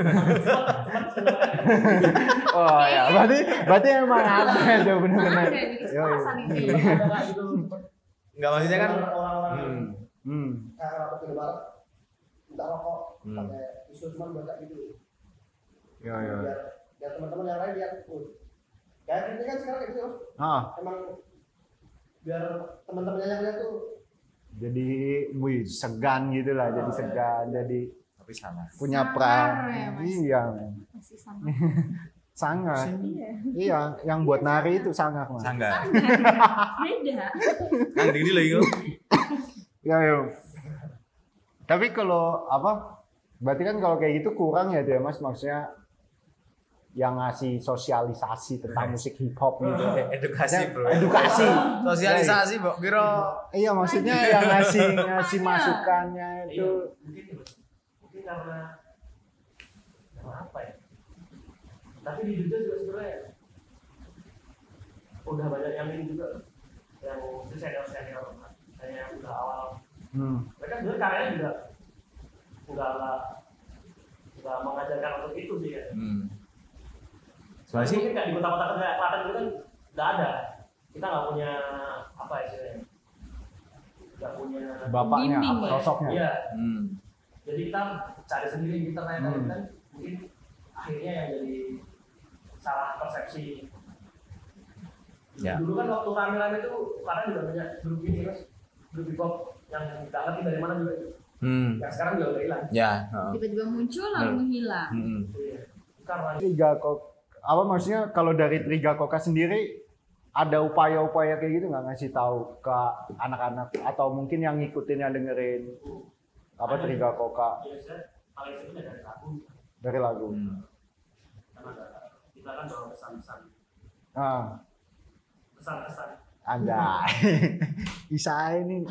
Oh ya, berarti berarti emang ada itu benar-benar. Ada yang bikin Yoi. kekerasan ini. ada kayak gitu Enggak maksudnya kan. orang-orang yang Hmm. Hmm. kayak ngerampok di luar minta rokok Hmm. pakai pisau cuma buat kayak gitu Yo yo. biar biar teman-teman yang lain lihat oh kayak ini kan sekarang kayak gitu Ah, emang biar teman-temannya yang lihat tuh Jadi wih segan gitu lah, jadi segan, jadi Tapi salah. punya Sangar peran. ya, Mas. Iya, men. Masih sama. Sangat. Iya. Iya, yang buat nari itu sangat, Mas. Sangga. Beda. Kang Dingdi lagi kok. Ya, ya. Tapi kalau apa? Berarti kan kalau kayak gitu kurang ya tuh ya, Mas, maksudnya yang ngasih sosialisasi tentang musik hip hop gitu. Edukasi, Bro. Edukasi. Sosialisasi, Mbok kira Iya, maksudnya yang ngasih ngasih masukannya Iya, itu. mungkin mungkin karena karena apa ya? Tapi di Jogja juga sebenarnya udah banyak yang ini juga yang senior senior saya yang udah awal Hmm. mereka sebenarnya karyanya juga nggak nggak nggak mengajarkan untuk itu sih ya. Hmm. Soalnya Soalnya sih mungkin kayak di kota-kota kayak Klaten itu kan nggak ada, kita nggak punya apa ya istilahnya, nggak punya Bapaknya, Bimbing ya? sosoknya. iya. hmm. Jadi kita cari sendiri di internet Hmm. kan mungkin akhirnya yang jadi salah persepsi. Ya. Dulu kan waktu rame-rame itu karena juga banyak grup ini mas, grup hip hop yang nggak ngerti dari mana juga itu. Hmm. Yang sekarang juga udah hilang. Ya, heeh. Tiba-tiba muncul lalu Hmm. menghilang. Hmm. Iya. Karena Triga kok apa maksudnya kalau dari Triga Koka sendiri ada upaya-upaya kayak gitu nggak ngasih tahu ke anak-anak atau mungkin yang ngikutin yang dengerin apa Triga Koka biasanya paling sering dari lagu, dari lagu. Hmm. karena kita kan bawa pesan-pesan, Ah, pesan-pesan. anjay. Isa ini.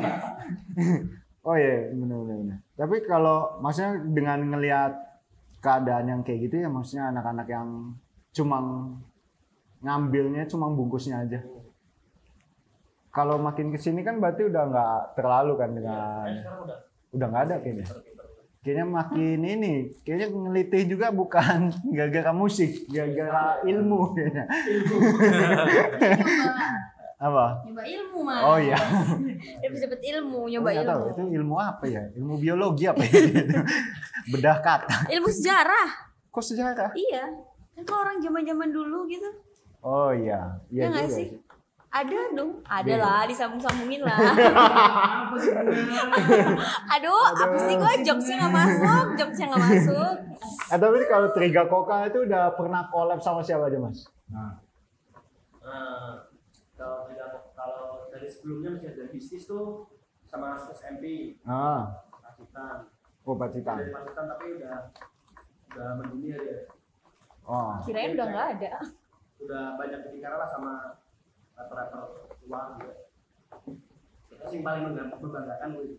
Oh iya, benar benar benar. Tapi kalau maksudnya dengan ngelihat keadaan yang kayak gitu ya maksudnya anak-anak yang cuma ngambilnya cuma bungkusnya aja. Kalau makin kesini kan berarti udah nggak terlalu kan dengan Eh, sekarang udah udah nggak ada kayaknya. pinter-pinter. Kayaknya makin ini, kayaknya ngelitih juga bukan gara-gara musik, gara-gara ilmu kayaknya. Nyoba, Apa? nyoba ilmu mas. Oh iya. Dia bisa dapat ilmu, nyoba Nggak tahu ilmu. itu ilmu apa ya? Ilmu biologi apa ya? Bedah kata. Ilmu sejarah. Kok sejarah? Iya. Kan kalau orang zaman-zaman dulu gitu. Oh iya, iya Ya nggak juga sih? sih. Ada dong, ada Iya. lah, disambung-sambungin lah. Aduh, apa sih gue jokesnya nggak masuk, jokesnya nggak masuk. Eh tapi kalau Triga Koka itu udah pernah collab sama siapa aja mas? Nah. Nah, kalau tidak kalau dari sebelumnya masih ada bisnis tuh sama S M P Ah, Pacitan. oh Pacitan. Dari Pacitan tapi udah udah mendunia dia. Oh, Kirain udah nggak ada. Udah banyak bicara lah sama rapper-rapper luar juga. Kita sih paling membanggakan membanggakan gue.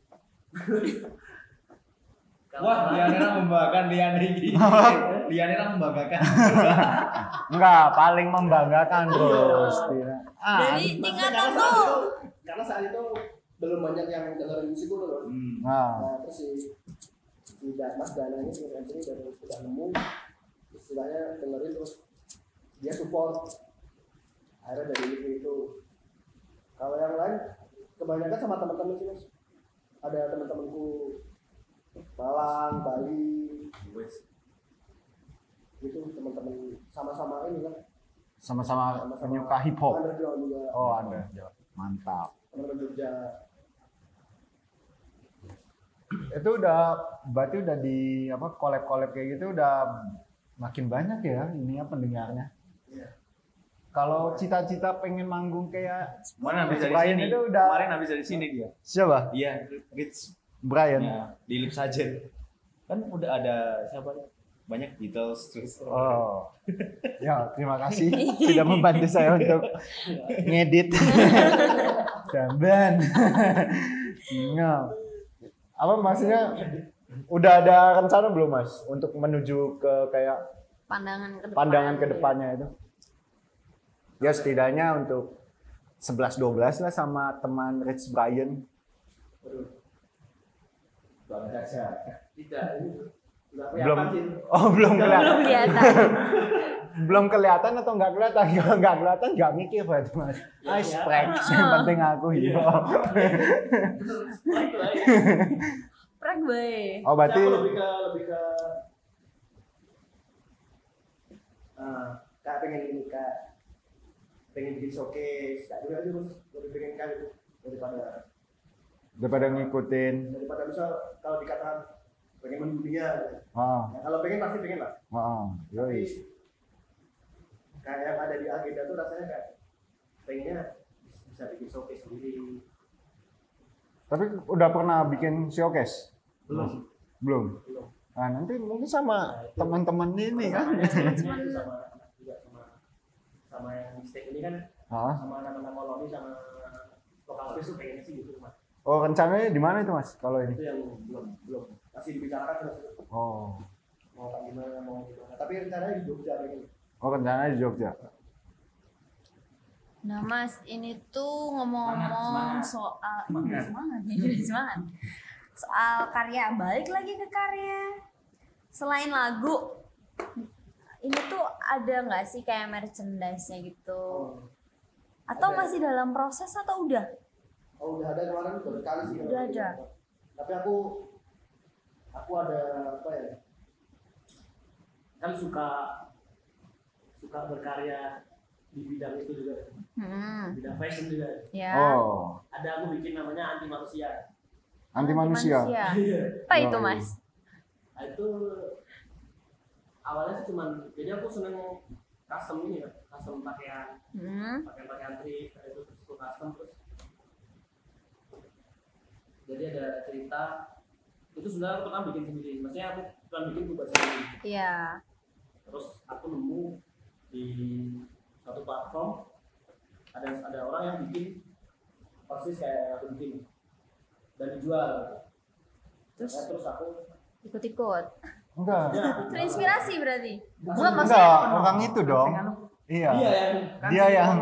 Wah, Lianera membanggakan Lian ini. Lianera membanggakan. enggak, paling membanggakan bos. Ah, Dari Maksudnya tingkatan karena saat tuh. itu, karena saat itu belum banyak yang dengerin musik gue loh. Hmm. nah, nah terus si si Dan- Mas Dana ini si Randy ini dari sudah nemu istilahnya dengerin terus dia support akhirnya dari itu itu kalau yang lain kebanyakan sama teman-teman sih mas ada teman-temanku Malang Bali gitu teman-teman sama-sama ini kan sama-sama sama-sama penyuka hip hop. underground juga Oh, ada. Mantap. teman-teman Jogja Itu udah berarti udah di apa collab-collab kayak gitu udah makin banyak ya ini ya pendengarnya. Iya. Kalau cita-cita pengen manggung kayak Mana habis dari Brian sini? itu udah- Kemarin habis dari sini dia. siapa? Iya, Rich. Brian. Ya, di Lip Sajen. Kan udah ada siapa? Banyak Beatles terus. Oh. Ya, terima kasih sudah membantu saya untuk ngedit. Jamban. Nggak. Apa maksudnya udah ada rencana belum Mas untuk menuju ke kayak Pandangan ke depan. pandangan ke depannya itu? Ya setidaknya untuk sebelas dua belas lah sama teman Rich Brian. Tidak ini nggak Belum kelihatan sih. oh belum kelihatan. Belum kelihatan. Belum kelihatan atau nggak kelihatan? Kalau nggak kelihatan nggak mikir berarti Mas. Ya, Ice ya. break, yang penting aku Iya. iya. Setelah itu lah ya. Prek bae. Oh berarti Saya lebih ke lebih ke ah kak pengen ini kak pengen bikin showcase, kayak dulu aja Mas, lebih pengen kayak gitu daripada Daripada ngikutin. daripada misal kalau dikatakan pengen mendunia, Ah, ya, kalau pengen pasti pengen lah. ah, Tapi yoi. kayak yang ada di agenda tuh rasanya kayak pengennya bisa bikin showcase sendiri. Tapi udah pernah bikin showcase? Belum, Belum. belum. Nah, nanti mungkin sama teman-teman ini kan. Sama sama juga sama sama yang mistake ini kan, Ah. sama anak-anak koloni sama lokal space tuh pengennya sih gitu Mas. Oh, rencananya di mana itu Mas kalau ini? Itu yang belum belum masih dibicarakan terus Oh. mau tak gimana mau gimana. Tapi rencananya di Jogja pengen. Oh, rencananya di Jogja. Nah Mas, ini tuh ngomong-ngomong soal semangat, semangat, ya, semangat. Soal karya, balik lagi ke karya. Selain lagu, ini tuh ada nggak sih kayak merchandise-nya gitu? Atau Ada. masih dalam proses atau udah? Oh udah ada kemarin baru kali sih. Udah ada. Tapi aku aku ada apa ya? Kan suka suka berkarya di bidang itu juga, Hmm, bidang fashion juga. ya. Oh, Ada aku bikin namanya anti manusia. anti manusia. Iya. Apa itu Oh, Mas? Nah, itu awalnya sih cuman jadi aku seneng custom ini ya, custom pakaian, Hmm, pakaian pakaian thrift, kayak itu terus aku custom terus. Jadi ada cerita itu sebenarnya aku pernah bikin sendiri, maksudnya aku pernah bikin buat sendiri. iya. Terus aku nemu di satu platform ada ada orang yang bikin persis kayak yang aku bikin dan dijual. Terus Nah, terus aku ikut-ikut. Enggak. ya, aku Terinspirasi berarti? Bukan Enggak, maksudnya? orang itu dong. Iya. iya yang Dia yang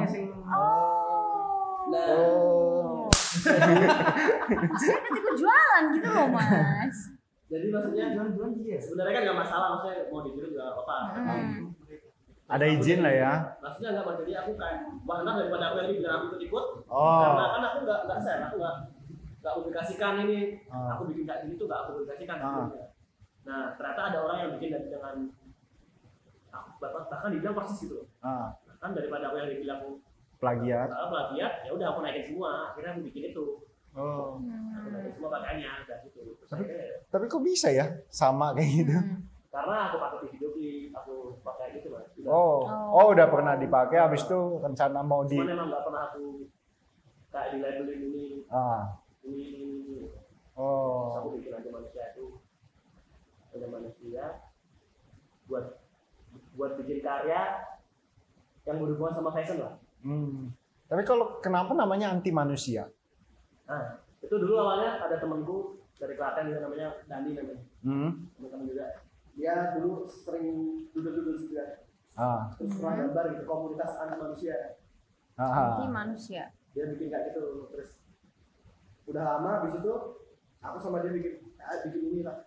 Oh. nah, Oh. Maksudnya kan ikut jualan gitu loh Mas. jadi maksudnya jual-jual dia sebenarnya kan nggak masalah, maksudnya mau dijual juga nggak apa-apa. Hmm. Ada izin lah ya. Maksudnya nggak mau, jadi aku kayak wah enak daripada aku yang bilang aku ikut ikut Oh. karena kan aku nggak nggak share, aku nggak nggak publikasikan ini, Ah. aku bikin kayak gini tuh nggak aku publikasikan Ah. sebelumnya. Nah ternyata ada orang yang bikin dan dengan aku bahkan bahkan dibilang persis gitu. Ah, Nah, kan daripada aku yang dibilang plagiat. ah, plagiat, ya udah aku naikin semua, akhirnya aku bikin itu, Oh. aku naikin semua pakaiannya dan gitu. Terus Tapi- akhirnya, Tapi kok bisa ya sama kayak gitu? Hmm. karena aku pakai di video klip, aku pakai gitu mas. Udah. Oh, oh udah pernah dipakai. Habis itu rencana mau di. Cuman emang nggak pernah aku kayak di labelin ini, Ah, ini, ini, ini. Terus oh, aku bikin aja manusia itu, aja manusia, buat buat bikin karya yang berhubungan sama fashion lah. hmm. Tapi kalau kenapa namanya anti manusia? Nah, itu dulu awalnya ada temanku dari Klaten juga namanya Dani namanya, Hmm. teman-teman juga. Dia dulu sering duduk-duduk juga, Ah, terus pernah gambar gitu komunitas anti manusia. Nanti ah, manusia. Dia bikin kayak gitu, terus udah lama habis itu aku sama dia bikin ah, bikin ini lah,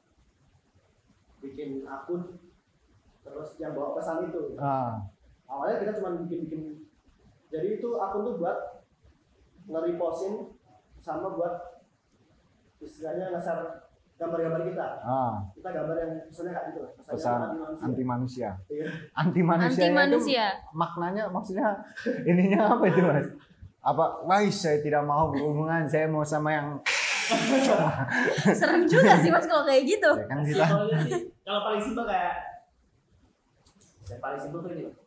bikin akun terus yang bawa pesan itu. ah. Awalnya kita cuma bikin-bikin, jadi itu akun tuh buat nge-repostin sama buat istilahnya nge-share gambar-gambar kita. Ah, Kita gambar yang pesannya kayak gitu lah, pesannya pesan anti manusia. anti manusia. Iya. Anti manusia. Anti manusia. Maknanya maksudnya ininya apa itu mas? Apa? Wah, saya tidak mau berhubungan. Saya mau sama yang. Serem juga sih Mas kalau kayak gitu. Ya kan kita. Simpelnya sih, kalau paling simpel kayak yang paling simpel tuh ini loh.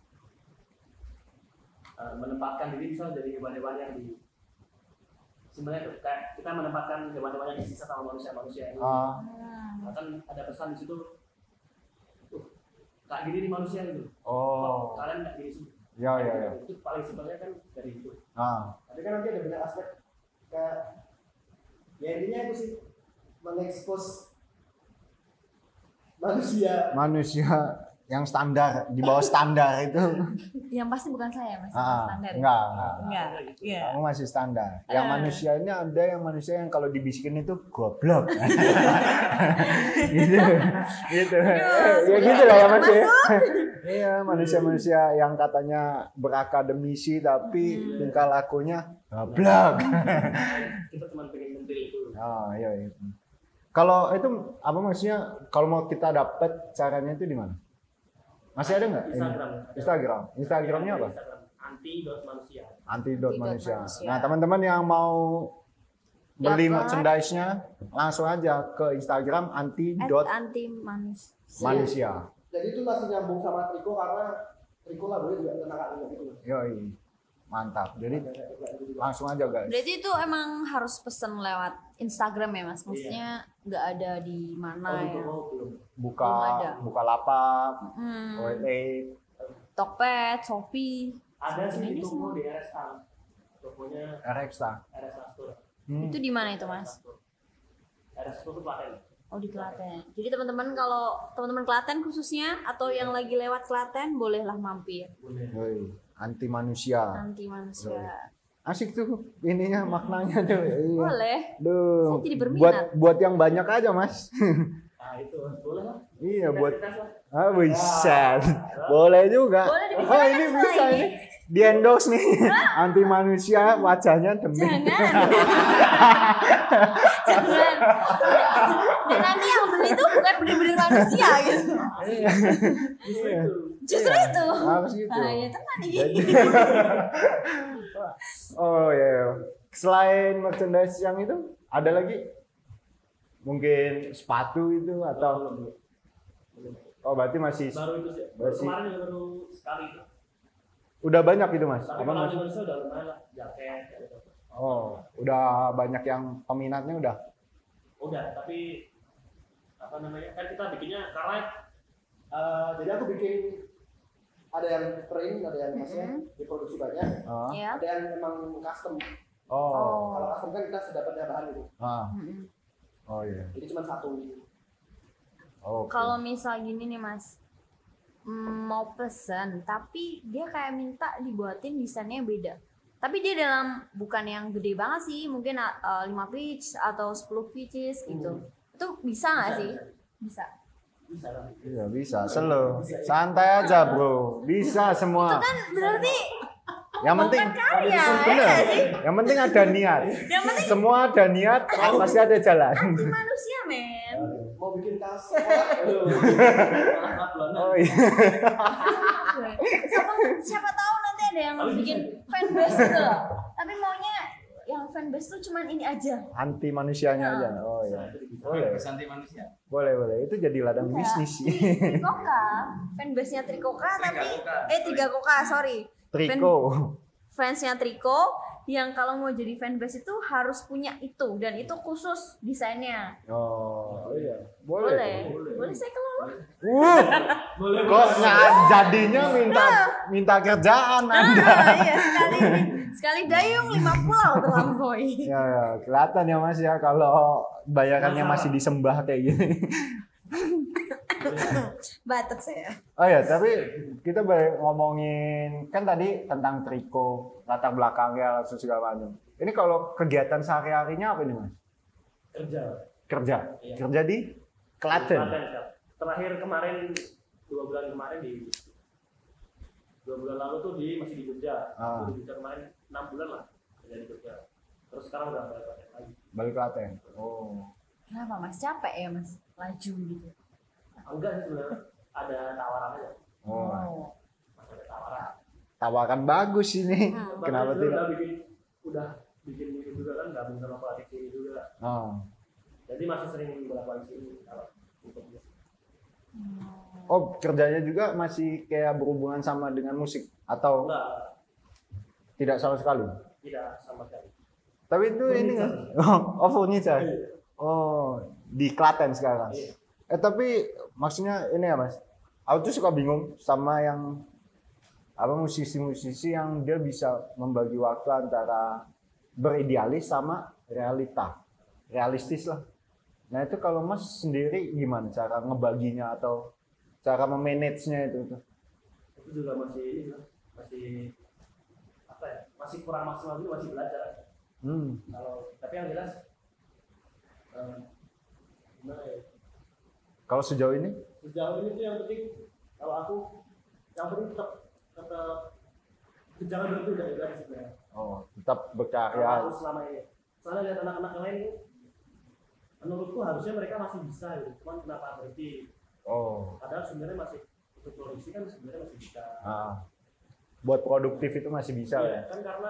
Eh, menempatkan diri misal jadi hewan-hewan yang di sebenarnya tuh kayak kita menempatkan hewan-hewan yang sisa sama manusia-manusia ini. Ah, Nah, kan ada pesan di situ. Tuh, kayak gini nih manusia gitu. oh, Kok kalian nggak gini sih. ya ya ya. Itu paling simpelnya kan dari itu. Ah, Tapi kan nanti ada banyak aspek kayak ya intinya itu sih mengekspos manusia. manusia yang standar di bawah standar itu. Yang pasti bukan saya Mas, Ah, standar. ya? enggak, enggak. Enggak. Iya. Kamu masih standar. Yang Ah. manusia ini ada yang manusia yang kalau dibisikin itu goblok. gitu. Gitu. Aduh, Ya gitu lah ya Mas ya. masuk. Iya, manusia-manusia yang katanya berakademisi tapi Hmm. tingkah lakunya goblok. Kita cuma pengen mentil itu. Ah, iya, iya. Kalau itu apa maksudnya kalau mau kita dapat caranya itu di mana? Masih ada nggak? ini? Instagram. Instagram. Instagramnya apa? Instagram. anti dot manusia. Anti.manusia. Anti.manusia. Nah, teman-teman yang mau beli Dapat. merchandise-nya langsung aja ke Instagram At anti.manusia. anti manusia. Jadi itu masih nyambung sama Triko karena Triko lagunya juga tenaga juga gitu. Yoi. Mantap. Jadi langsung aja guys. Berarti itu emang harus pesen lewat Instagram ya mas? Maksudnya nggak ada di mana Oh, ya? gitu, oh, belum. Buka Belum ada. buka lapak, Hmm, O L A. Tokped, Shopee. Ada sih Ini di toko semua. di R S A. Tokonya R X ta. R S A Store. Hmm. Itu di mana itu mas? R S A Store itu Klaten. Oh di Klaten. Jadi teman-teman kalau teman-teman Klaten khususnya atau yang lagi lewat Klaten bolehlah mampir. Boleh. Yoi. Anti manusia. Anti manusia. Asik tuh ininya maknanya tuh. Iya. Boleh. Duh. Saya jadi berminat. Buat buat yang banyak aja, Mas. Nah itu boleh lah. Iya, buat Tes-tes lah. ah bisa. Boleh juga. Boleh Oh, dibicarakan ini setelah bisa ini. ini. Di endorse nih. Anti manusia wajahnya demi. Jangan. Jangan. Dan nanti yang beli itu bukan bener-bener manusia gitu. Justru itu. Justru itu. Harus gitu. Bahaya teman ini. Jadi- oh ya. Yeah. Selain merchandise yang itu, ada lagi mungkin sepatu itu atau oh berarti masih Baru itu sih. Masih- Kemarin juga baru sekali itu. udah banyak itu Mas. Tapi Apa kalau Mas? di Indonesia udah lumayan lah. Jaket kayak gitu. Oh, udah banyak yang peminatnya udah. Udah, tapi apa namanya? Kan kita bikinnya karena Eh, jadi aku bikin ada yang print, ada yang maksudnya Mhm. diproduksi banyak, Ah. Ya. ada yang memang custom. Oh. Kalau custom kan kita sedapatnya bahan gitu. Ah. Mm-mm. Oh iya. Jadi cuma satu gitu. Oke. Kalau misal gini nih mas, mm, mau pesen tapi dia kayak minta dibuatin desainnya beda. Tapi dia dalam bukan yang gede banget sih, mungkin uh, lima pitch atau sepuluh pitches gitu. Itu bisa nggak Bisa, sih? bisa. Bisa. Bisa lah. Iya bisa, slow. Santai aja, Bro. Bisa semua. Kan berarti Yang penting karya, ya bener. nggak sih? Yang penting ada niat. Yang penting Semua ada niat, pasti ada jalan. anti manusia men. Mau bikin tas, aduh. Malah Bulan. Oh iya. siapa, siapa tahu nanti ada yang bikin fanbase gitu loh. Tapi maunya yang fanbase tuh cuman ini aja. Anti manusianya aja. Oh iya. Boleh. Santai manusia. Boleh, boleh. Itu jadi ladang Enggak. bisnis sih. Trikoka, fanbase-nya Trikoka tapi eh Tiga Koka, sorry. Triko. Fansnya Triko yang kalau mau jadi fanbase itu harus punya itu dan itu khusus desainnya. Oh iya. Boleh. Boleh. Boleh, saya kelola. Uh, Boleh. kok nggak jadinya minta minta kerjaan Anda. Ah, iya sekali sekali dayung lima pulau terlampaui. Ya, ya, kelihatan ya Mas ya kalau bayarannya masih disembah kayak gini. Batuk saya. Oh ya, tapi kita balik ngomongin kan tadi tentang triko, latar belakangnya langsung segala macam. Ini kalau kegiatan sehari-harinya apa nih Mas? Kerja. Kerja. Iya. Kerja di Klaten. Klaten, Kak. Terakhir kemarin dua bulan kemarin di dua bulan lalu tuh di masih di Jogja. Ah. Di Jogja kemarin enam bulan lah kerja di Jogja. Terus sekarang udah balik Klaten lagi. Balik Klaten. Oh. Kenapa Mas? Capek ya Mas? Laju gitu. Enggak sih sebenarnya, ada tawaran aja. Oh. Masih ada tawaran. Tawaran bagus ini. Hmm. Kenapa Bahkan tidak? Udah bikin udah bikin ini juga kan, gabung sama pelatih sini juga. Oh. Jadi masih sering bolak-balik sini kalau untuk musik. Oh, kerjanya juga masih kayak berhubungan sama dengan musik atau Enggak, tidak sama sekali? tidak sama sekali. Tapi itu ini kan? Oh, furniture. Oh, di Klaten sekarang. Iya. Eh tapi maksudnya ini ya Mas, aku tuh suka bingung sama yang apa musisi-musisi yang dia bisa membagi waktu antara beridealis sama realita, realistis lah. Nah itu kalau Mas sendiri gimana cara ngebaginya atau cara memanage-nya itu? Tuh? Itu juga masih ini kan, masih apa ya? Masih kurang maksimal juga, masih belajar. Hmm. Kalau tapi yang jelas eh, gimana ya? Kalau sejauh ini? Sejauh ini tuh yang penting kalau aku yang penting tetap tetap jangan berhenti dari dari sebenarnya. Oh, tetap Kalau berkarya. aku selama ini, soalnya lihat anak-anak yang lain tuh, menurutku harusnya mereka masih bisa gitu. Cuman kenapa berhenti? Oh. Padahal sebenarnya masih untuk produksi kan sebenarnya masih bisa. Ah. buat produktif itu masih bisa Iya, ya. kan karena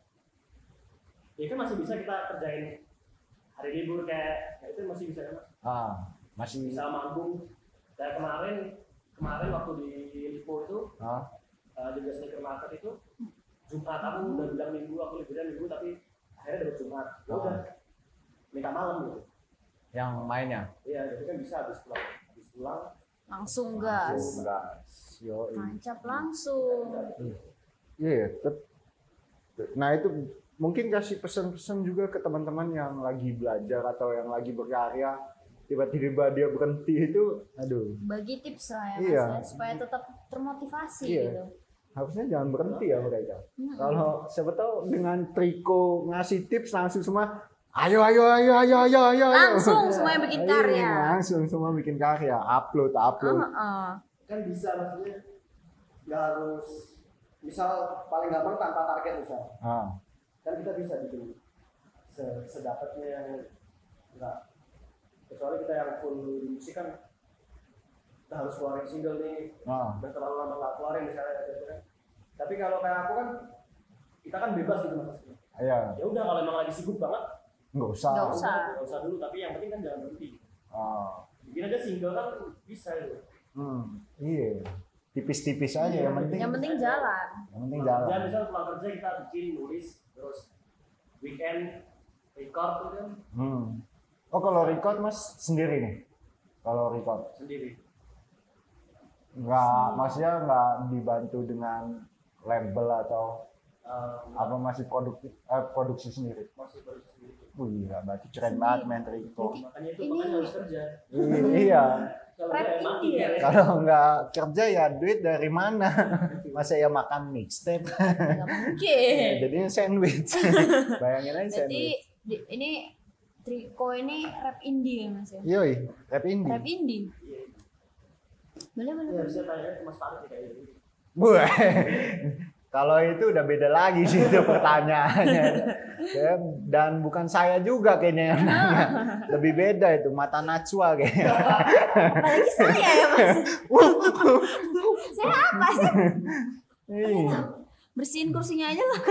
ya kan masih bisa kita kerjain hari libur kayak kayak itu masih bisa kan Mas? Ah, masih Bisa manggung kayak kemarin kemarin waktu di Lipo itu ah, uh, juga sneaker market itu Jumat aku udah bilang minggu aku liburan minggu tapi akhirnya dapat Jumat ya udah minta malam gitu yang mainnya. iya jadi kan bisa habis pulang habis pulang Langsung gas. Gas. Yo. Tancap langsung. Iya, tet- nah itu mungkin kasih pesan-pesan juga ke teman-teman yang lagi belajar atau yang lagi berkarya, tiba-tiba dia berhenti itu, aduh, Bagi tips lah ya Mas Iya. ya, supaya tetap termotivasi Iya. gitu. harusnya jangan berhenti ya mereka. Mm-mm. Kalau siapa tahu dengan Triko ngasih tips langsung semua, ayo ayo ayo ayo ayo ayo. Langsung semuanya bikin Iya, karya. langsung semua bikin karya, upload upload. Heeh. Kan bisa maksudnya nggak harus misal paling gampang tanpa target misal Ah, kan kita bisa bikin se- sedapatnya yang enggak kecuali kita yang full di musik kan kita harus keluarin single nih ah, udah terlalu lama nggak keluarin misalnya gitu kan tapi kalau kayak aku kan kita kan bebas gitu mas iya, ya udah kalau emang lagi sibuk banget nggak usah. Nggak usah. nggak usah dulu tapi yang penting kan jangan berhenti Ah, bikin aja single kan bisa gitu hmm, iya, tipis-tipis aja yang penting. Yang penting jalan. Yang penting Pulang jalan. kerja misal pulang kerja kita bikin nulis terus weekend record gitu kan Hmm. Oh kalau record mas sendiri nih? Kalau record sendiri nggak, maksudnya nggak dibantu dengan label atau um, apa masih produksi eh, produksi sendiri? masih baru sendiri Wih, gila, berarti keren banget main record. makanya itu Ini- makanya harus kerja I- iya, kalau Rap nggak emang indie ya? iya. kalau nggak kerja ya duit dari mana? Masa ya makan mixtape? Nggak mungkin. Ya, jadinya sandwich. Bayangin aja Berarti sandwich. di- ini Triko ini rap indie ya Mas ya? Yoi, rap indie. Rap indie. Iya. Boleh boleh. Ya, boleh. bisa tanya ke Mas Farid kayak gitu. Buah. Kalau itu udah beda lagi sih itu pertanyaannya. Ya, dan bukan saya juga kayaknya yang nanya. Lebih beda itu mata Najwa kayaknya. Apalagi saya ya Mas. Saya apa sih? Iya. Bersihin kursinya aja lah.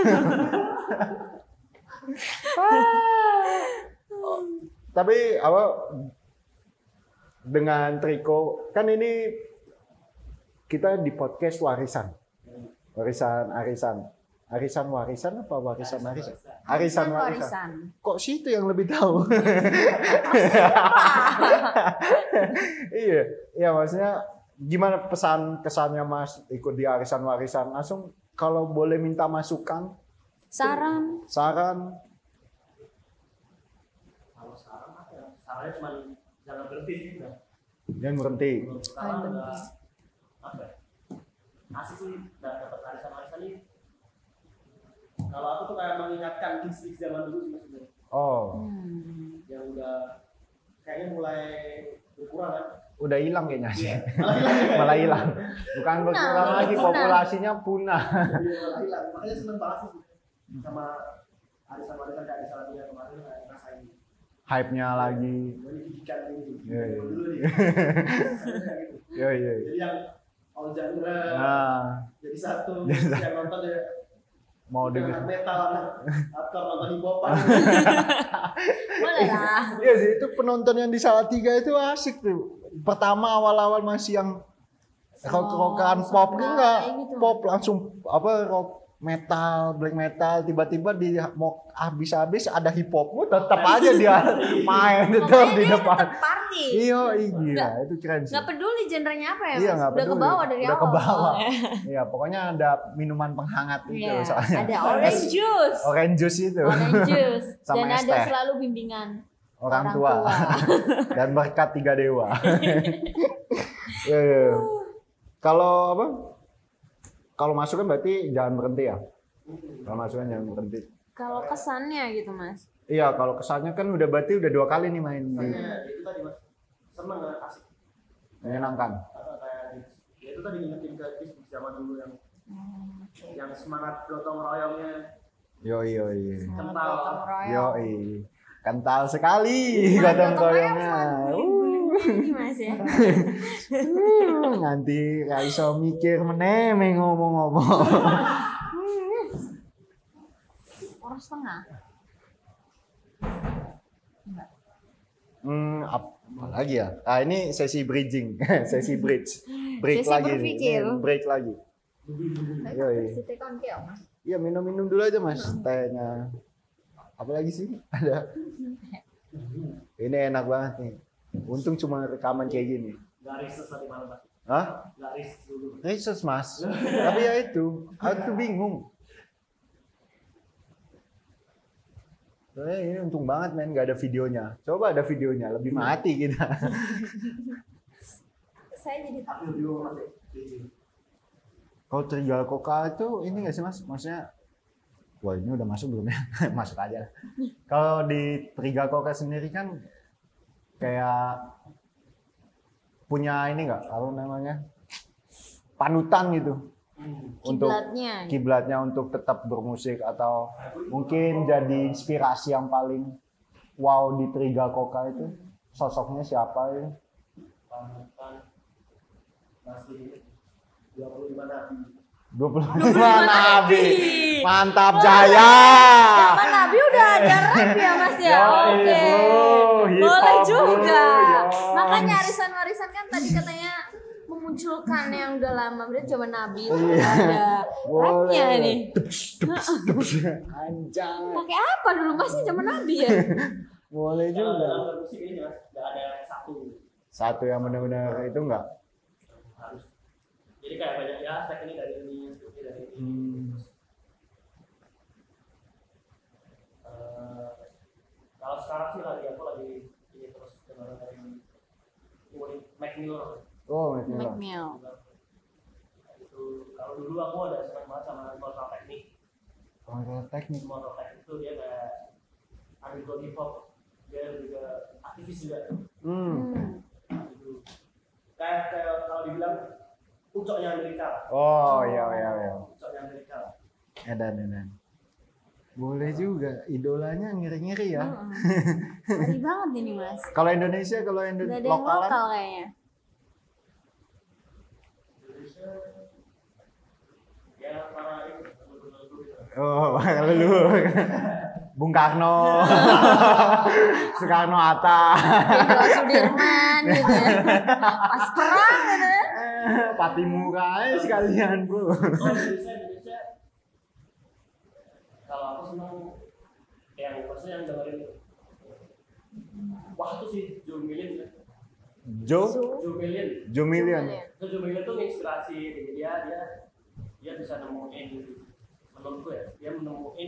Tapi apa dengan Triko kan ini kita di podcast warisan. Warisan arisan. Arisan warisan apa warisan arisan? Arisan warisan. Kok situ yang lebih tahu? Iya, iya maksudnya gimana pesan kesannya Mas ikut di arisan warisan? Langsung kalau boleh minta masukan, Saran. saran, Kalau sekarang apa ya? Sarannya cuma jangan berhenti sih udah. jangan berhenti. Sekarang Jangan udah apa ya? Asik sih udah dapat arisan-arisan ini. Kalau aku tuh kayak mengingatkan gigs-gigs zaman dulu sih Mas sebenarnya. Oh, Hmm. Yang udah kayaknya mulai berkurang kan. udah hilang kayaknya sih. Malah hilang ya. Malah hilang. Bukan Punah, berkurang lagi, punah. populasinya punah. Jadi malah hilang makanya seneng banget sih sama arisan-arisan kayak di Salatiga kemarin kayak ngerasain Hype-nya lagi. mendidikan ini Iya, iya. dulu nih Rasanya gitu. Iya, iya. Jadi yang all genre Nah, jadi satu Jadi terus yang nonton ya mau anak dengar. metal anak hardcore nonton hip hop Boleh lah. Iya sih, itu penonton yang di Salatiga itu asik tuh. Pertama awal-awal masih yang rock-rockan Oh, pop sampai enggak, kayak gitu. pop langsung apa rock metal, black metal, tiba-tiba di mau habis-habis ada hip hopmu tetap aja dia main tetap Pokoknya di dia depan. tetap party. Iya, iya, gila, itu keren sih. Nggak peduli genrenya apa ya Iya, Mas. nggak Udah ke peduli. bawah dari Udah awal. ke bawah. soalnya. Iya, pokoknya ada minuman penghangat itu Iya, soalnya. ada orange juice. Orange juice itu. Orange juice. Sama Dan es ada teh. selalu bimbingan Orang orang tua. tua. Dan berkat tiga dewa. Iya, iya, iya. Kalau apa? Kalau masuk kan berarti jangan berhenti ya. Kalau masuk kan jangan berhenti. Kalau kesannya gitu Mas. Iya, kalau kesannya kan udah berarti udah dua kali nih main di Makanya itu tadi Mas seneng kan asik. menyenangkan. Apa, kayak ya itu tadi ngingetin ke gigs zaman dulu yang Hmm, oke. yang semangat gotong royongnya Yo yo yo. Kental. Gotong royong. Yo kental sekali Main gotong gotong royong royongnya. sama Uh. Ini Mas ya. Hmm, Nganti gak iso mikir meneh meh ngomong-ngomong. Orang setengah. Enggak. Hmm, apa lagi ya? Ah ini sesi bridging, sesi bridge. Break Sesi lagi berpikir. nih. Break lagi. Yoi. Si teh kon keong, Mas. Iya minum-minum dulu aja mas tehnya. Apa lagi sih? Ada. Ini enak banget nih. Untung cuma rekaman kayak gini. Nggak riset tadi malam Mas. Hah? Nggak riset dulu. Yesus mas. Tapi ya itu, aku tuh bingung. Eh, ini untung banget men, nggak ada videonya. Coba ada videonya, lebih mati kita. Saya jadi Tapi dulu Mas. Kalau trigal coca itu ini nggak sih mas? Maksudnya, wah ini udah masuk belum ya? Masuk aja. Kalau di trigal coca sendiri kan kayak punya ini nggak? Apa namanya? Panutan gitu. Untuk kiblatnya. kiblatnya untuk tetap bermusik atau mungkin jadi inspirasi yang paling wow di trigal coca itu sosoknya siapa ya? Panutan masih dua puluh lima nabi. dua puluh lima nabi. Mantap Jaya. Zaman Nabi udah ada rap ya Mas ya. Yoi, Oke. bro. Hip Boleh hop, juga. bro. Makanya arisan-warisan kan tadi katanya memunculkan yang udah lama, berarti zaman Nabi itu Iya. ada rapnya Boleh. nih. Anjay. Pakai apa dulu Masnya zaman Nabi ya? Boleh Kalau juga. dalam bermusik ini Mas, nggak ada yang satu. Satu yang benar-benar itu enggak. Harus. Jadi kayak banyak ya, stack ini dari ini, stack ini dari ini. Hmm. Eh, kalau sekarang sih lagi aku lagi ini terus dengar dari Mac Miller. Oh, Mac Miller. McMill. Itu kalau dulu aku ada senang banget sama motor teknik. Oh, teknik. Motor teknik itu dia kayak underground hip hop, dia juga aktivis juga. Hmm. Hmm. Gitu. Kayak kayak kalau dibilang ucoknya Amerika. Oh, iya iya iya. Ucoknya Amerika. Edan edan. Boleh juga. Idolanya ngiri-ngiri ya. Heeh. Ngeri banget ini Mas. Kalau Indonesia, kalau Gak Indonesia ada yang lokalan, lokal kayaknya. Indonesia ya para itu dulu gitu. oh, lu Bung Karno, Soekarno Hatta, Jenderal Sudirman gitu ya. Pas perang gitu ya. Patimuka aja sekalian bro. Oh, Indonesia Indonesia kalau aku senang yang maksudnya yang dengerin wah itu sih Joe Million ya. Joe, Joe Million Joe Million. So, Joe Million tuh inspirasi dia dia dia bisa nemuin menurutku ya dia menemuin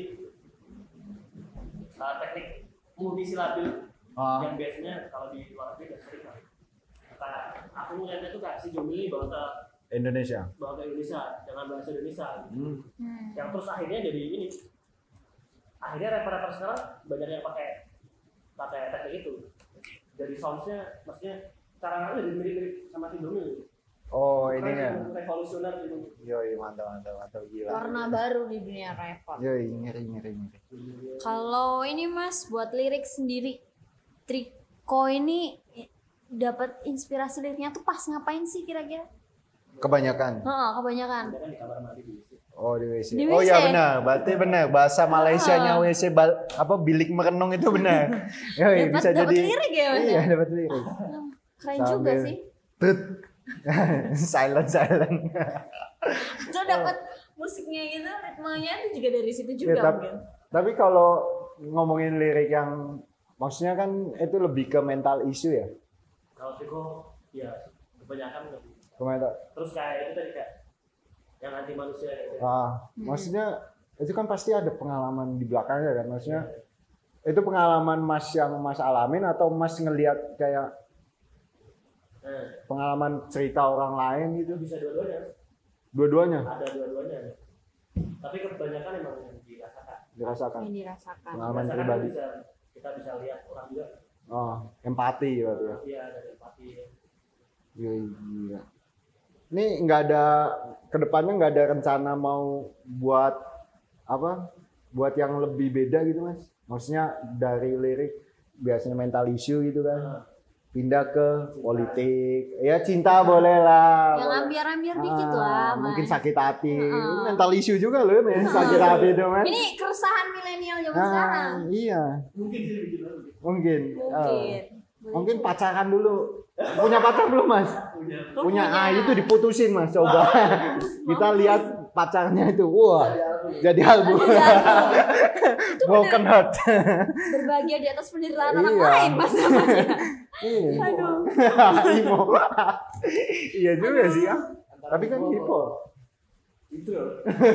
uh, teknik multisilabil Ah. yang biasanya kalau di luar negeri nggak sering lah. Karena aku ngeliatnya tuh kayak si Joe Million bawa ke Indonesia. bawa ke Indonesia dengan bahasa Indonesia Hmm. Hmm. yang terus akhirnya jadi ini akhirnya rapper-rapper sekarang banyak yang pakai pakai teknik itu jadi soundsnya maksudnya cara nggak lebih mirip-mirip sama si Domil Oh ini ya. revolusioner gitu Yoi mantap mantap mantap gila. Warna baru di dunia rapper. Yoi ngeri ngeri ngeri. Kalau ini Mas buat lirik sendiri, Triko ini dapat inspirasi liriknya tuh pas ngapain sih kira-kira? Kebanyakan. Heeh, kebanyakan. dia kan di kamar mandi di situ. Oh di W C. Di Oh W C. iya benar. Berarti benar. Bahasa Malaysianya W C bal- apa bilik merenung itu benar. Yoi Dapat bisa dapat jadi. lirik ya Mas. Iya ya? dapat lirik. Keren juga Sambil- sih. Tut. silent silent. Itu dapat musiknya gitu, ritmenya itu juga dari situ Ya, juga tapi, mungkin. tapi kalau ngomongin lirik yang maksudnya kan itu lebih ke mental issue ya. Kalau Triko ya kebanyakan lebih Ke mental. terus kayak itu tadi kayak yang anti manusia gitu. Ah, maksudnya itu kan pasti ada pengalaman di belakangnya kan. Maksudnya itu pengalaman Mas yang Mas alamin atau Mas ngelihat kayak Nah, pengalaman cerita orang lain gitu. bisa dua-duanya Dua-duanya ada dua-duanya tapi kebanyakan emang yang dirasakan dirasakan. Yang dirasakan. Pengalaman dirasakan kan pribadi. bisa kita bisa lihat orang juga Oh, empati berarti ya. iya dari empati Iya, iya. Ini nggak ada kedepannya nggak ada rencana mau buat apa? Buat yang lebih beda gitu mas? Maksudnya dari lirik biasanya mental issue gitu kan? Nah, pindah ke politik. Ya cinta boleh lah. Yang ambiar-ambiar dikit Ah, lah, Mas. mungkin sakit hati. Heeh. Mental issue juga loh, men. Sakit hati itu, men. Ini keresahan milenial zaman Ah, sekarang. iya, Mungkin sih bikin lalu. mungkin. Mungkin. Ah. Boleh Mungkin coba. pacaran dulu. Punya pacar belum, Mas? Punya. Lu Punya. punya. Ah, itu diputusin, Mas. Coba. Kita lihat pacarnya itu. Wah, jadi album. Itu Broken bener heart. berbahagia di atas penderitaan orang Iya. lain Mas namanya. Iya. Aduh. Imo. Iya juga sih ya. Tapi kan hipo. Itu loh.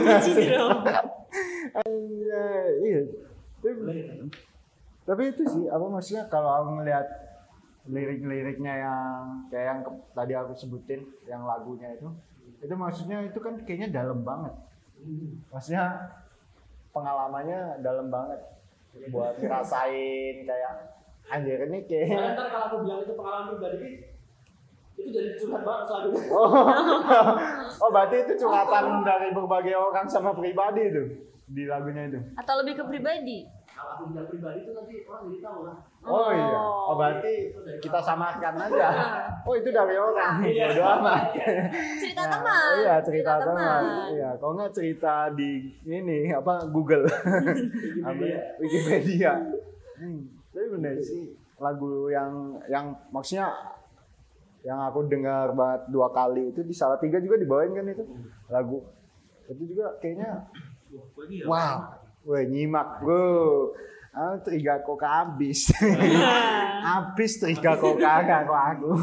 Iya, iya. Tapi, tapi itu sih apa maksudnya kalau aku ngelihat lirik-liriknya yang kayak yang ke- tadi aku sebutin yang lagunya itu itu maksudnya itu kan kayaknya dalam banget. Maksudnya pengalamannya dalam banget buat ngerasain kayak anjir ini Karena kayak ntar kalau aku bilang itu pengalaman pribadi, itu jadi curhat banget lagunya. oh, oh berarti itu curhatan dari berbagai orang sama pribadi itu di lagunya itu. Atau lebih ke pribadi. Kalau aku bilang pribadi itu nanti orang jadi tahu lah. Oh, iya. Oh berarti kita samakan aja. Oh itu dari orang. Iya. Bodo amat. Cerita Nah, teman. oh iya cerita, Cerita teman. teman. Iya, kalau nggak cerita di ini apa Google. Apa, Wikipedia. Hmm, tapi bener sih lagu yang yang maksudnya yang aku dengar banget dua kali itu di Salatiga juga dibawain kan itu lagu. Itu juga kayaknya Wah, lagi ya. wow. Wah nyimak bro. Ah, Triga Koka habis. Habis Triga Koka kok aku.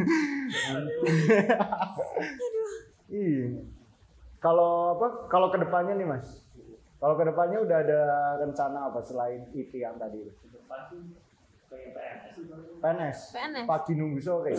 Iya. Kalau apa? Kalau kedepannya nih Mas. Kalau kedepannya udah ada rencana apa selain E P yang tadi? Depan tuh kayak P N S itu. P N S. P N S. Pagi nunggu sore.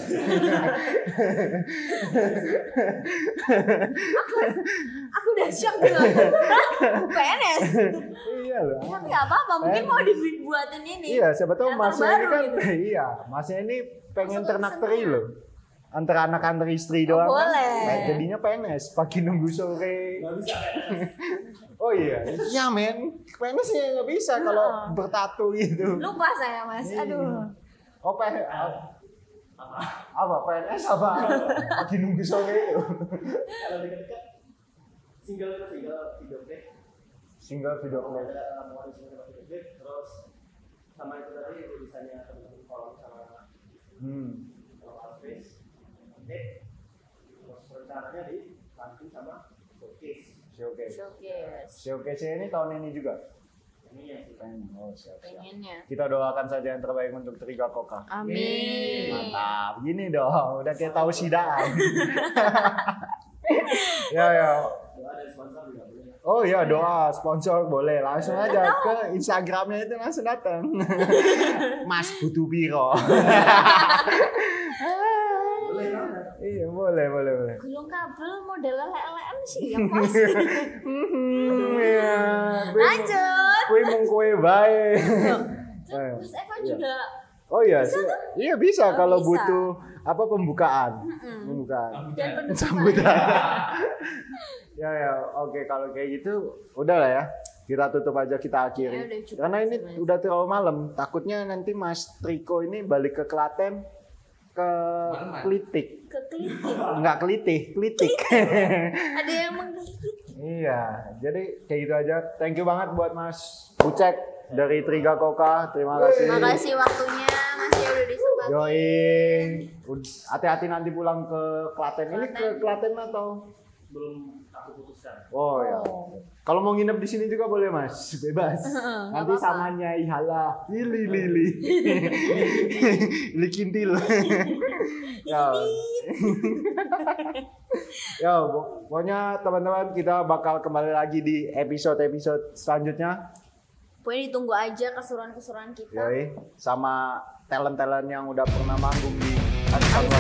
Aku udah shock dengan P N S. Iya loh. Tapi nggak apa-apa, mungkin mau dibuatin ini. Iya, siapa tahu Teater Masnya ini baru kan gitu. iya, Masnya ini pengen Masuk ternak urusannya. teri loh. Antara anak antar istri Oh, doang kan. boleh. Nah, jadinya P N S pagi nunggu sore. Gak bisa P N S. Oh iya, iya men. P N S ya nggak bisa kalau bertato gitu. Lupa saya Mas. Iya. Aduh. Oh P Apa? apa P N S apa? Pagi nunggu sore itu. Kalau dekat-dekat single itu single video clip. Single video Kalau clip. ada mau ada single video clip, terus sama itu tadi tulisannya teman-teman kolom sama Hmm. sama Alfres. Oke. Terus rencananya di Lampung sama showcase. Showcase. Showcase. Showcase ini tahun ini juga. Ini ya sih. Pengen. Oh siap siap. Pengennya. Kita doakan saja yang terbaik untuk Triga Koka. Amin. Mantap, gini dong, udah kayak tahu sidaan. Ya ya. Doa dari sponsor juga boleh. Oh iya doa sponsor boleh langsung aja ke Instagramnya itu langsung datang. Mas butuh biro. Boleh banget. Iya boleh boleh boleh. Gulung kabel model lele-lelean sih ya Mas. Hmm, ya. Lanjut. Kue mung kue bae. Mas Evan Iya. juga. Oh iya, sih. Iya bisa Oh, kalau bisa. butuh apa pembukaan. Mm-mm. Pembukaan. Dan penutupan. Sambutan. Ya ya, oke kalau kayak gitu udah lah ya. Kita tutup aja kita akhiri. Ya, udah cukup Karena ini sih, Mas. udah terlalu malam. Takutnya nanti Mas Triko ini balik ke Klaten ke Klitik. Ke klitik. Enggak Kelitih, Klitik. Ada yang menggigit. Iya, jadi kayak gitu aja. Thank you banget buat Mas Bucek dari Triga Koka. Terima kasih. Terima kasih waktunya Mas ya udah disempatin. Yoi. Ud- Hati-hati nanti pulang ke Klaten. Ini ke Klaten atau? Belum aku putuskan. Oh ya. Kalau mau nginep di sini juga boleh Mas, bebas. Nanti apa-apa. samanya ihala, lili lili, lili kintil. Ya. Ya, pokoknya teman-teman kita bakal kembali lagi di episode-episode selanjutnya. Pokoknya ditunggu aja keseruan-keseruan kita. Yoi, sama talent-talent yang udah pernah manggung di Hasan